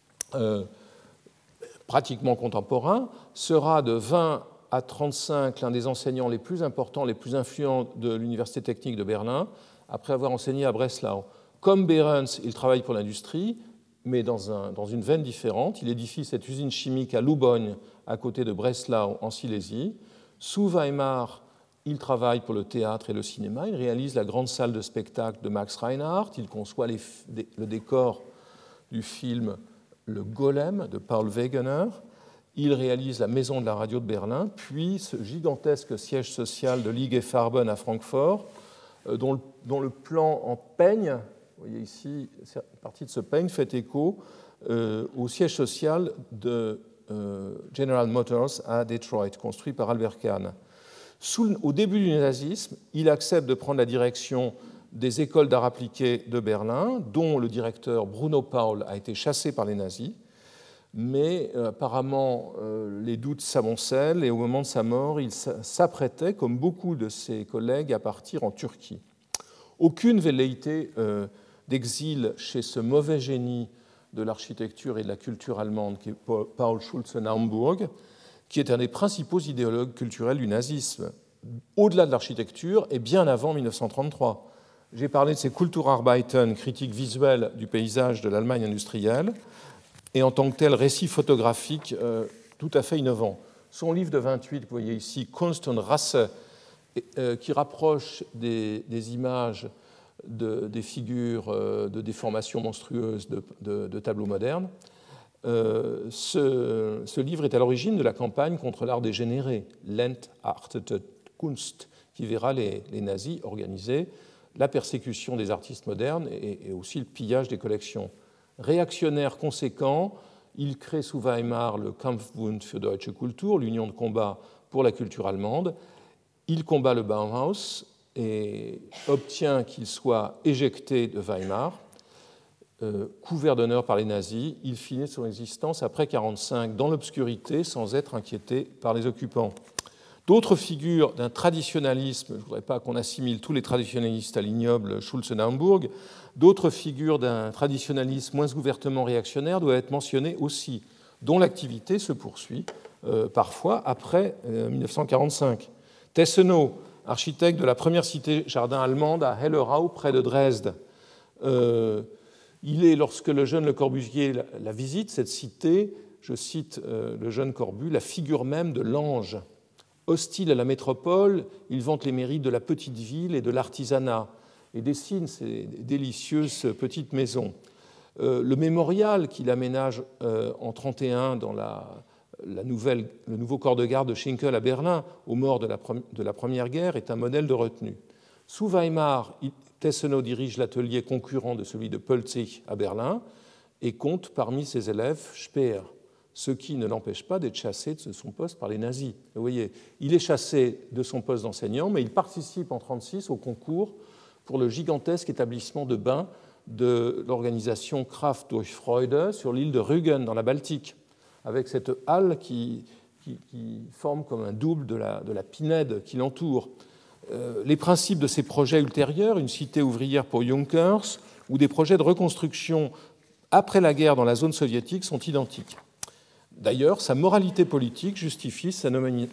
pratiquement contemporain, sera de 20 à 35 l'un des enseignants les plus importants, les plus influents de l'Université technique de Berlin, après avoir enseigné à Breslau. Comme Behrens, il travaille pour l'industrie, mais dans une veine différente. Il édifie cette usine chimique à Luboń, à côté de Breslau, en Silésie. Sous Weimar, il travaille pour le théâtre et le cinéma. Il réalise la grande salle de spectacle de Max Reinhardt. Il conçoit le décor du film Le Golem de Paul Wegener. Il réalise la maison de la radio de Berlin, puis ce gigantesque siège social de Ligue Farben à Francfort, dont le plan en peigne, vous voyez ici, une partie de ce peigne fait écho au siège social de General Motors à Detroit, construit par Albert Kahn. Au début du nazisme, il accepte de prendre la direction des écoles d'art appliqué de Berlin, dont le directeur Bruno Paul a été chassé par les nazis, mais apparemment les doutes s'amoncellent et au moment de sa mort, il s'apprêtait, comme beaucoup de ses collègues, à partir en Turquie. Aucune velléité d'exil chez ce mauvais génie de l'architecture et de la culture allemande qui est Paul Schulze-Naumburg, qui est un des principaux idéologues culturels du nazisme, au-delà de l'architecture et bien avant 1933. J'ai parlé de ses Kulturarbeiten, critique visuelle du paysage de l'Allemagne industrielle, et en tant que tel, récit photographique tout à fait innovant. Son livre de 28, que vous voyez ici, Kunst und Rasse, qui rapproche des images des figures de déformations monstrueuses de tableaux modernes. Ce livre est à l'origine de la campagne contre l'art dégénéré, Lentartete Kunst, qui verra les nazis organiser la persécution des artistes modernes et aussi le pillage des collections. Réactionnaire conséquent, il crée sous Weimar le Kampfbund für deutsche Kultur, l'Union de combat pour la culture allemande. Il combat le Bauhaus et obtient qu'il soit éjecté de Weimar. Couvert d'honneur par les nazis, il finit son existence après 1945 dans l'obscurité sans être inquiété par les occupants. D'autres figures d'un traditionnalisme, je ne voudrais pas qu'on assimile tous les traditionnalistes à l'ignoble Schulze-Naumburg, d'autres figures d'un traditionnalisme moins ouvertement réactionnaire doivent être mentionnées aussi, dont l'activité se poursuit parfois après 1945. Tessenow, architecte de la première cité-jardin allemande à Hellerau, près de Dresde. Il est, lorsque le jeune Le Corbusier la visite, cette cité, je cite le jeune Corbu, la figure même de l'ange. Hostile à la métropole, il vante les mérites de la petite ville et de l'artisanat et dessine ces délicieuses petites maisons. Le mémorial qu'il aménage en 1931 dans le nouveau corps de garde de Schinkel à Berlin, aux morts de la Première Guerre, est un modèle de retenue. Sous Weimar, Tessenow dirige l'atelier concurrent de celui de Pölzig à Berlin et compte parmi ses élèves Speer, ce qui ne l'empêche pas d'être chassé de son poste par les nazis. Vous voyez, il est chassé de son poste d'enseignant, mais il participe en 1936 au concours pour le gigantesque établissement de bains de l'organisation Kraft durch Freude sur l'île de Rügen dans la Baltique, avec cette halle qui forme comme un double de la pinède qui l'entoure. Les principes de ces projets ultérieurs, une cité ouvrière pour Junkers ou des projets de reconstruction après la guerre dans la zone soviétique sont identiques. D'ailleurs, sa moralité politique justifie sa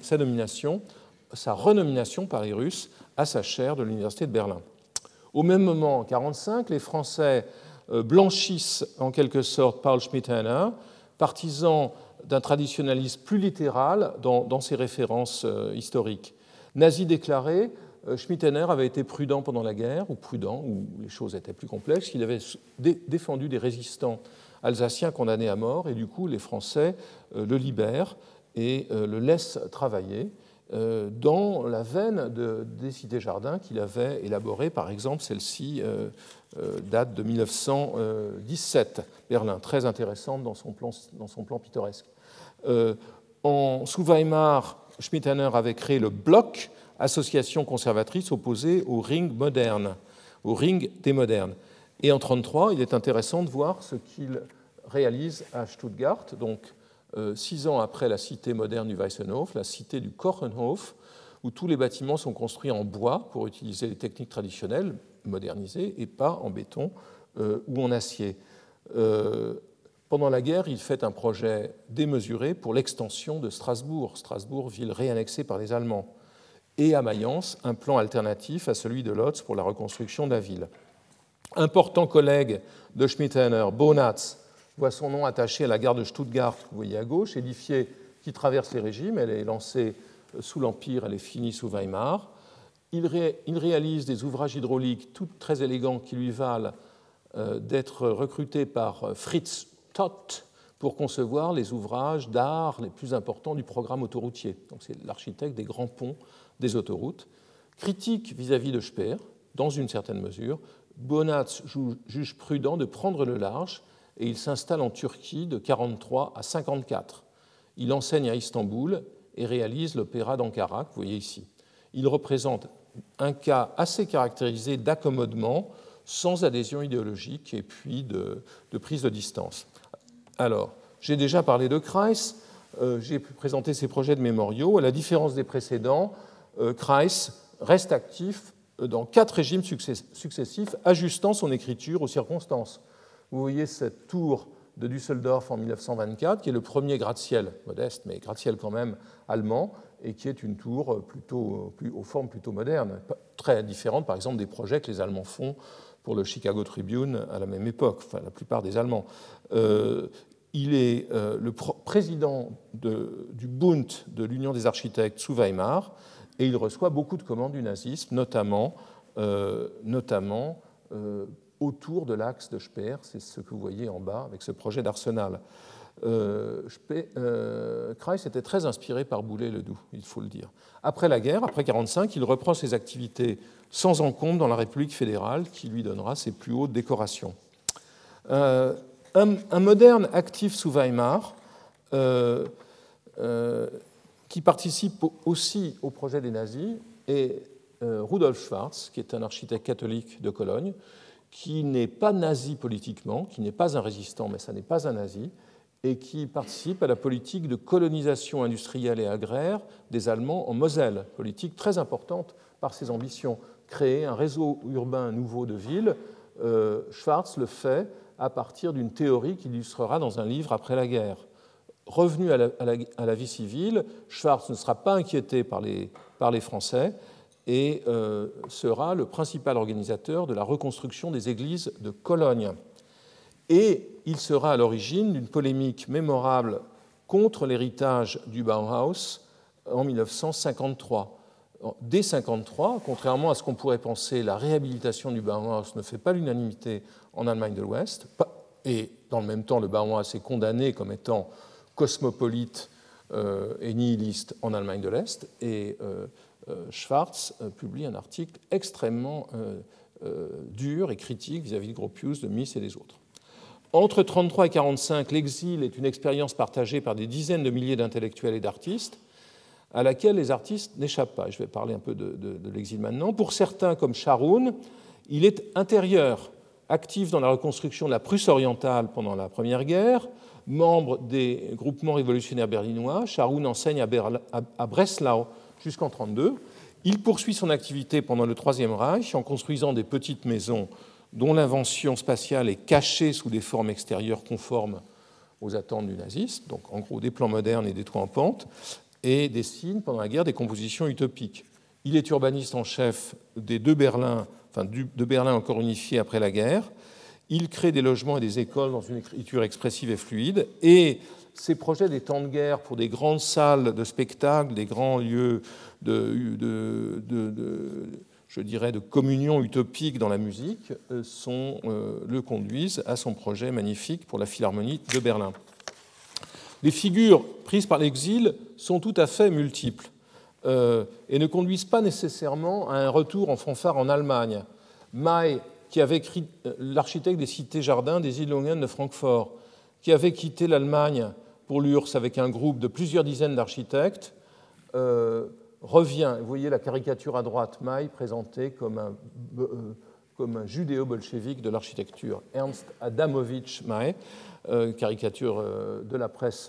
renomination par les Russes à sa chaire de l'Université de Berlin. Au même moment, en 1945, les Français blanchissent en quelque sorte Paul Schmitthaener, partisan d'un traditionnalisme plus littéral dans ses références historiques. Nazi déclaré, Schmitthaener avait été prudent pendant la guerre, ou les choses étaient plus complexes, il avait défendu des résistants alsaciens condamnés à mort, et du coup les Français le libèrent et le laissent travailler dans la veine des cités-jardins qu'il avait élaborées. Par exemple, celle-ci date de 1917, Berlin, très intéressante dans son plan pittoresque. Sous Weimar, Schmitthaener avait créé le Bloc, association conservatrice opposée au Ring moderne, au Ring des modernes. Et en 1933, il est intéressant de voir ce qu'il réalise à Stuttgart, donc 6 ans après la cité moderne du Weissenhof, la cité du Kochenhof, où tous les bâtiments sont construits en bois pour utiliser les techniques traditionnelles modernisées et pas en béton ou en acier. Pendant la guerre, il fait un projet démesuré pour l'extension de Strasbourg, ville réannexée par les Allemands, et à Mayence, un plan alternatif à celui de Lotz pour la reconstruction de la ville. Important collègue de Schmitthaener, Bonatz, voit son nom attaché à la gare de Stuttgart, que vous voyez à gauche, édifiée qui traverse les régimes. Elle est lancée sous l'Empire, elle est finie sous Weimar. Il réalise des ouvrages hydrauliques tout très élégants qui lui valent d'être recruté par Fritz Todt pour concevoir les ouvrages d'art les plus importants du programme autoroutier. Donc c'est l'architecte des grands ponts des autoroutes. Critique vis-à-vis de Speer, dans une certaine mesure, Bonatz juge prudent de prendre le large et il s'installe en Turquie de 1943 à 1954. Il enseigne à Istanbul et réalise l'opéra d'Ankara, que vous voyez ici. Il représente un cas assez caractérisé d'accommodement sans adhésion idéologique et puis de prise de distance. Alors, j'ai déjà parlé de Kreis, j'ai présenté ses projets de mémoriaux. À la différence des précédents, Kreis reste actif dans 4 régimes successifs, ajustant son écriture aux circonstances. Vous voyez cette tour de Düsseldorf en 1924, qui est le premier gratte-ciel, modeste, mais gratte-ciel quand même, allemand, et qui est une tour aux formes plutôt modernes, très différente par exemple des projets que les Allemands font pour le Chicago Tribune à la même époque, enfin la plupart des Allemands. Il est le président du Bund, de l'Union des architectes sous Weimar, et il reçoit beaucoup de commandes du nazisme, notamment autour de l'axe de Speer, c'est ce que vous voyez en bas avec ce projet d'arsenal. Kreis était très inspiré par Boulay-Ledoux, il faut le dire. Après la guerre, après 1945, il reprend ses activités sans encombre dans la République fédérale, qui lui donnera ses plus hautes décorations. Un moderne actif sous Weimar, qui qui participe aussi au projet des nazis est Rudolf Schwarz, qui est un architecte catholique de Cologne, qui n'est pas nazi politiquement, qui n'est pas un résistant, mais ça n'est pas un nazi, et qui participe à la politique de colonisation industrielle et agraire des Allemands en Moselle, politique très importante par ses ambitions. Créer un réseau urbain nouveau de villes, Schwarz le fait à partir d'une théorie qu'il illustrera dans un livre après la guerre. Revenu à la vie civile, Schwarz ne sera pas inquiété par les Français et sera le principal organisateur de la reconstruction des églises de Cologne. Et il sera à l'origine d'une polémique mémorable contre l'héritage du Bauhaus en 1953. Dès 1953, contrairement à ce qu'on pourrait penser, la réhabilitation du Bauhaus ne fait pas l'unanimité en Allemagne de l'Ouest, et dans le même temps, le Bauhaus est condamné comme étant cosmopolite et nihiliste en Allemagne de l'Est, et Schwarz publie un article extrêmement dur et critique vis-à-vis de Gropius, de Mies et des autres. Entre 1933 et 1945, l'exil est une expérience partagée par des dizaines de milliers d'intellectuels et d'artistes, à laquelle les artistes n'échappent pas. Je vais parler un peu de l'exil maintenant. Pour certains, comme Scharoun, il est intérieur, actif dans la reconstruction de la Prusse orientale pendant la Première Guerre, membre des groupements révolutionnaires berlinois. Scharoun enseigne à Breslau jusqu'en 1932. Il poursuit son activité pendant le Troisième Reich en construisant des petites maisons dont l'invention spatiale est cachée sous des formes extérieures conformes aux attentes du nazisme, donc en gros des plans modernes et des toits en pente, et dessine pendant la guerre des compositions utopiques. Il est urbaniste en chef des de Berlin encore unifiés après la guerre. Il crée des logements et des écoles dans une écriture expressive et fluide, et ses projets des temps de guerre pour des grandes salles de spectacle, des grands lieux de communion utopique dans la musique le conduisent à son projet magnifique pour la Philharmonie de Berlin. Les figures prises par l'exil sont tout à fait multiples et ne conduisent pas nécessairement à un retour en fanfare en Allemagne. May, qui avait écrit l'architecte des cités-jardins des Siedlungen de Francfort, qui avait quitté l'Allemagne pour l'URSS avec un groupe de plusieurs dizaines d'architectes, revient. Vous voyez la caricature à droite, May présenté comme un judéo-bolchevique de l'architecture. Ernst Adamovich May, caricature de la presse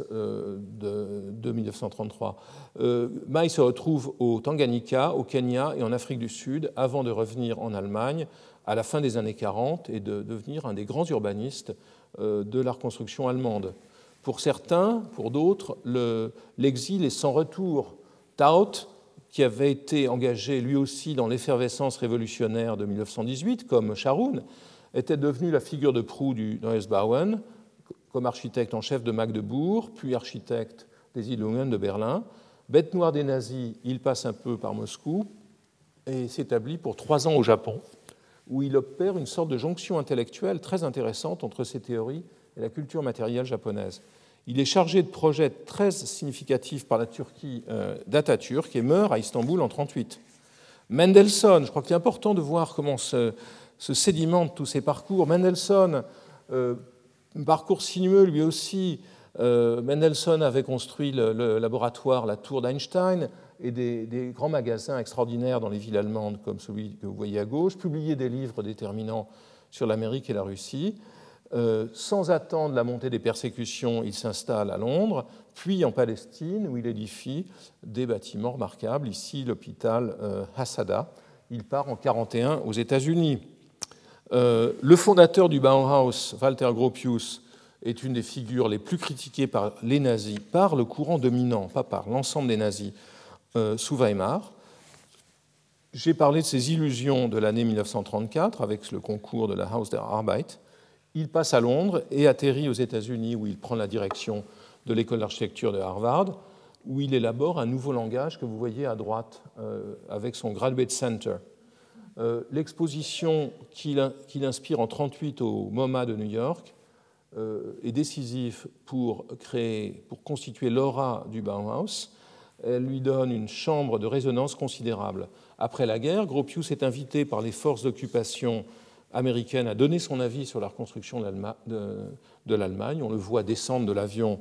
de 1933. May se retrouve au Tanganyika, au Kenya et en Afrique du Sud avant de revenir en Allemagne à la fin des années 40 et de devenir un des grands urbanistes de la reconstruction allemande. Pour certains, pour d'autres, l'exil est sans retour. Taut, qui avait été engagé lui aussi dans l'effervescence révolutionnaire de 1918, comme Scharoun, était devenu la figure de proue du Neues Bauen, comme architecte en chef de Magdebourg, puis architecte des Siedlungen de Berlin. Bête noire des nazis, il passe un peu par Moscou et s'établit pour 3 ans au Japon, où il opère une sorte de jonction intellectuelle très intéressante entre ses théories et la culture matérielle japonaise. Il est chargé de projets très significatifs par la Turquie d'Atatürk et meurt à Istanbul en 1938. Mendelssohn, je crois qu'il est important de voir comment se sédimentent tous ces parcours. Mendelssohn, parcours sinueux lui aussi. Mendelssohn avait construit le laboratoire, la tour d'Einstein, et des grands magasins extraordinaires dans les villes allemandes, comme celui que vous voyez à gauche, publié des livres déterminants sur l'Amérique et la Russie. Sans attendre la montée des persécutions, il s'installe à Londres, puis en Palestine, où il édifie des bâtiments remarquables, ici l'hôpital Hassada. Il part en 1941 aux États-Unis. Le fondateur du Bauhaus, Walter Gropius, est une des figures les plus critiquées par les nazis, par le courant dominant, pas par l'ensemble des nazis, sous Weimar. J'ai parlé de ses illusions de l'année 1934 avec le concours de la Haus der Arbeit. Il passe à Londres et atterrit aux États-Unis, où il prend la direction de l'école d'architecture de Harvard, où il élabore un nouveau langage que vous voyez à droite avec son Graduate Center. L'exposition qu'il inspire en 1938 au MoMA de New York est décisive pour constituer l'aura du Bauhaus. Elle lui donne une chambre de résonance considérable. Après la guerre, Gropius est invité par les forces d'occupation américaine à donner son avis sur la reconstruction de l'Allemagne. On le voit descendre de l'avion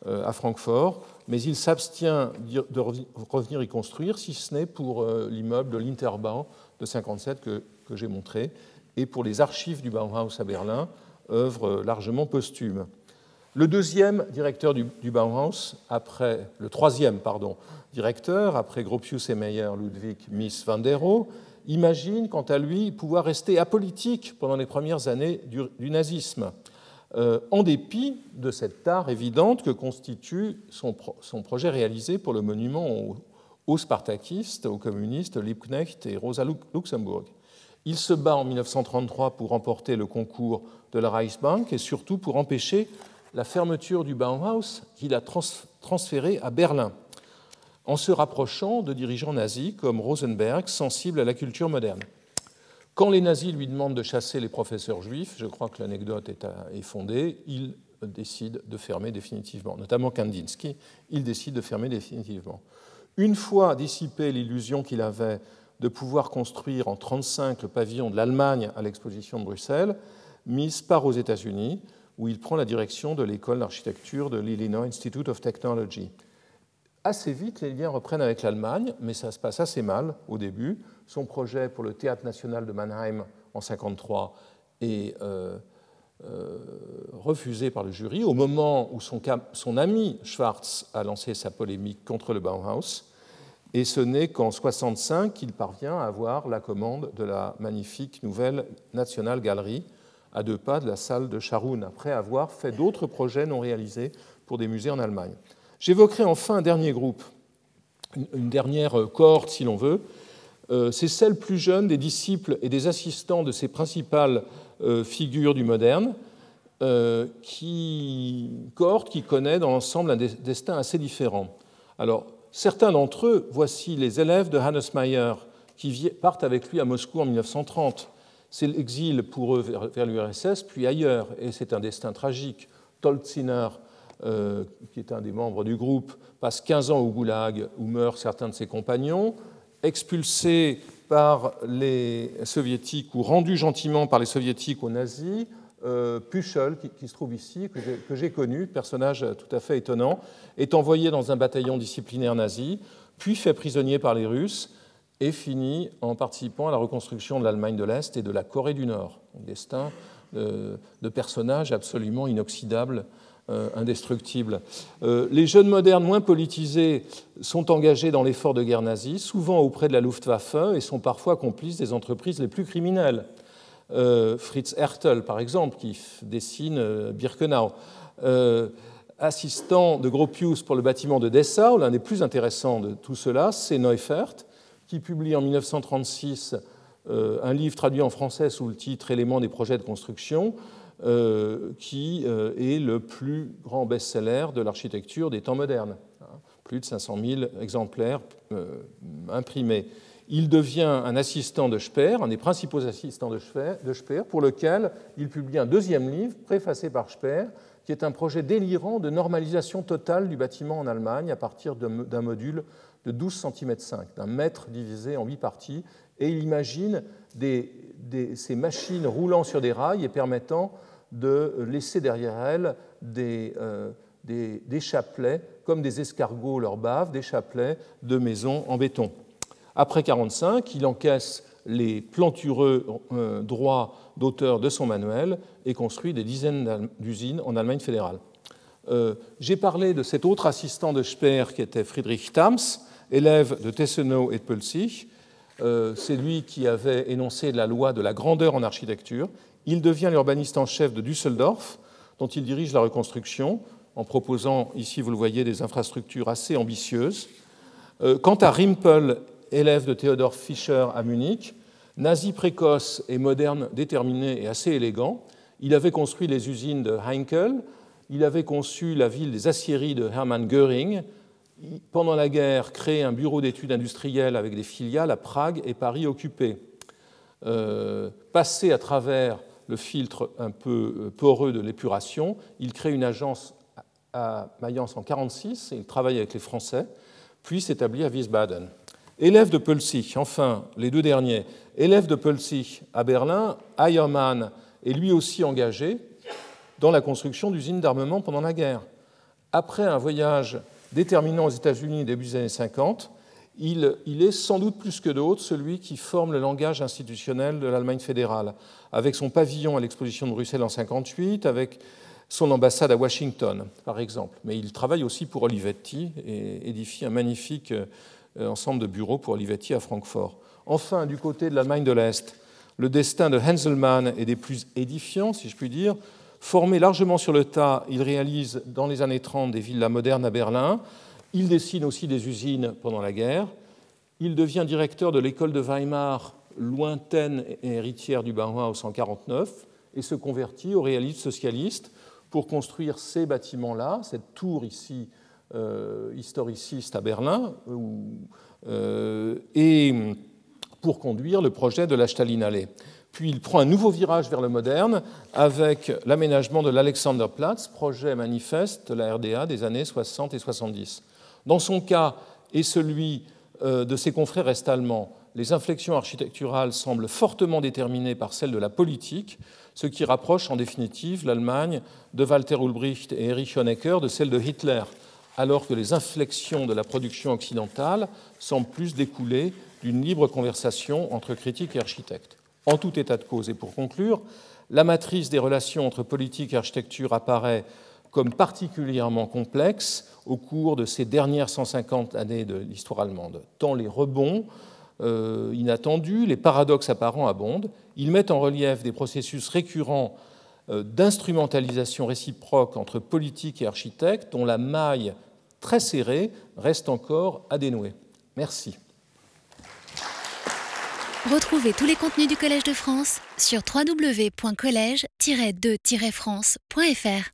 à Francfort, mais il s'abstient de revenir y construire, si ce n'est pour l'immeuble de l'Interbau de 1957 que j'ai montré, et pour les archives du Bauhaus à Berlin, œuvre largement posthume. Le deuxième directeur du Bauhaus, le troisième directeur, après Gropius et Meyer, Ludwig Mies van der Rohe, imagine quant à lui pouvoir rester apolitique pendant les premières années du nazisme, en dépit de cette tare évidente que constitue son projet réalisé pour le monument aux spartakistes, aux communistes, Liebknecht et Rosa Luxemburg. Il se bat en 1933 pour remporter le concours de la Reichsbank et surtout pour empêcher la fermeture du Bauhaus qu'il a transféré à Berlin, en se rapprochant de dirigeants nazis comme Rosenberg, sensibles à la culture moderne. Quand les nazis lui demandent de chasser les professeurs juifs, je crois que l'anecdote est fondée, il décide de fermer définitivement, notamment Kandinsky, il décide de fermer définitivement. Une fois dissipée l'illusion qu'il avait de pouvoir construire en 1935 le pavillon de l'Allemagne à l'exposition de Bruxelles, Mies part aux États-Unis, où il prend la direction de l'école d'architecture de l'Illinois Institute of Technology. Assez vite, les liens reprennent avec l'Allemagne, mais ça se passe assez mal au début. Son projet pour le Théâtre national de Mannheim en 1953 est refusé par le jury au moment où son ami Schwarz a lancé sa polémique contre le Bauhaus. Et ce n'est qu'en 1965 qu'il parvient à avoir la commande de la magnifique nouvelle National Gallery, à 2 pas de la salle de Scharoun, après avoir fait d'autres projets non réalisés pour des musées en Allemagne. J'évoquerai enfin un dernier groupe, une dernière cohorte, si l'on veut. C'est celle plus jeune des disciples et des assistants de ces principales figures du moderne, cohorte qui connaît dans l'ensemble un destin assez différent. Alors, certains d'entre eux, voici les élèves de Hannes Meyer, qui partent avec lui à Moscou en 1930. C'est l'exil pour eux vers l'URSS, puis ailleurs, et c'est un destin tragique. Tolziner, qui est un des membres du groupe, passe 15 ans au goulag où meurent certains de ses compagnons, expulsé par les soviétiques ou rendu gentiment par les soviétiques aux nazis. Püschel, qui se trouve ici, que j'ai connu, personnage tout à fait étonnant, est envoyé dans un bataillon disciplinaire nazi, puis fait prisonnier par les Russes, et finit en participant à la reconstruction de l'Allemagne de l'Est et de la Corée du Nord. Un destin de personnage absolument inoxydable, indestructible. Les jeunes modernes moins politisés sont engagés dans l'effort de guerre nazi, souvent auprès de la Luftwaffe, et sont parfois complices des entreprises les plus criminelles. Fritz Ertl, par exemple, qui dessine Birkenau. Assistant de Gropius pour le bâtiment de Dessau, l'un des plus intéressants de tout cela, c'est Neufert, qui publie en 1936 un livre traduit en français sous le titre « Éléments des projets de construction », qui est le plus grand best-seller de l'architecture des temps modernes. Plus de 500 000 exemplaires imprimés. Il devient un assistant de Speer, un des principaux assistants de Speer, pour lequel il publie un deuxième livre, préfacé par Speer, qui est un projet délirant de normalisation totale du bâtiment en Allemagne à partir d'un module de 12 cm5, d'un mètre divisé en 8 parties, et il imagine ces machines roulant sur des rails et permettant de laisser derrière elles des chapelets, comme des escargots leur bavent, des chapelets de maisons en béton. Après 1945, il encaisse les plantureux droits d'auteur de son manuel et construit des dizaines d'usines en Allemagne fédérale. J'ai parlé de cet autre assistant de Speer qui était Friedrich Thams, élève de Tessenow et de Pölzig. C'est lui qui avait énoncé la loi de la grandeur en architecture. Il devient l'urbaniste en chef de Düsseldorf, dont il dirige la reconstruction, en proposant, ici vous le voyez, des infrastructures assez ambitieuses. Quant à Rimpel, élève de Theodor Fischer à Munich, nazi précoce et moderne, déterminé et assez élégant, il avait construit les usines de Heinkel, il avait conçu la ville des aciéries de Hermann Göring, pendant la guerre, créé un bureau d'études industrielles avec des filiales à Prague et Paris occupés. Passé à travers le filtre un peu poreux de l'épuration, il crée une agence à Mayence en 1946, et il travaille avec les Français, puis s'établit à Wiesbaden. Élève de Pölzig, enfin, les deux derniers, élève de Pölzig à Berlin, Eyermann est lui aussi engagé dans la construction d'usines d'armement pendant la guerre. après un voyage déterminant aux États-Unis début des années 50, il est sans doute plus que d'autres celui qui forme le langage institutionnel de l'Allemagne fédérale, avec son pavillon à l'exposition de Bruxelles en 1958, avec son ambassade à Washington, par exemple. Mais il travaille aussi pour Olivetti et édifie un magnifique ensemble de bureaux pour Olivetti à Francfort. Enfin, du côté de l'Allemagne de l'Est, le destin de Henselmann est des plus édifiants, si je puis dire. Formé largement sur le tas, il réalise dans les années 30 des villas modernes à Berlin. Il dessine aussi des usines pendant la guerre. Il devient directeur de l'école de Weimar, lointaine et héritière du Bauhaus en 1949, et se convertit au réalisme socialiste pour construire ces bâtiments-là, cette tour ici historiciste à Berlin, et pour conduire le projet de la Stalinallee. Puis il prend un nouveau virage vers le moderne avec l'aménagement de l'Alexanderplatz, projet manifeste de la RDA des années 60 et 70. Dans son cas et celui de ses confrères est-allemands, les inflexions architecturales semblent fortement déterminées par celles de la politique, ce qui rapproche en définitive l'Allemagne de Walter Ulbricht et Erich Honecker de celle de Hitler, alors que les inflexions de la production occidentale semblent plus découler d'une libre conversation entre critiques et architectes. En tout état de cause, et pour conclure, la matrice des relations entre politique et architecture apparaît comme particulièrement complexe au cours de ces dernières 150 années de l'histoire allemande. Tant les rebonds inattendus, les paradoxes apparents abondent. Ils mettent en relief des processus récurrents d'instrumentalisation réciproque entre politique et architecte, dont la maille très serrée reste encore à dénouer. Merci. Retrouvez tous les contenus du Collège de France sur www.collège-2-france.fr.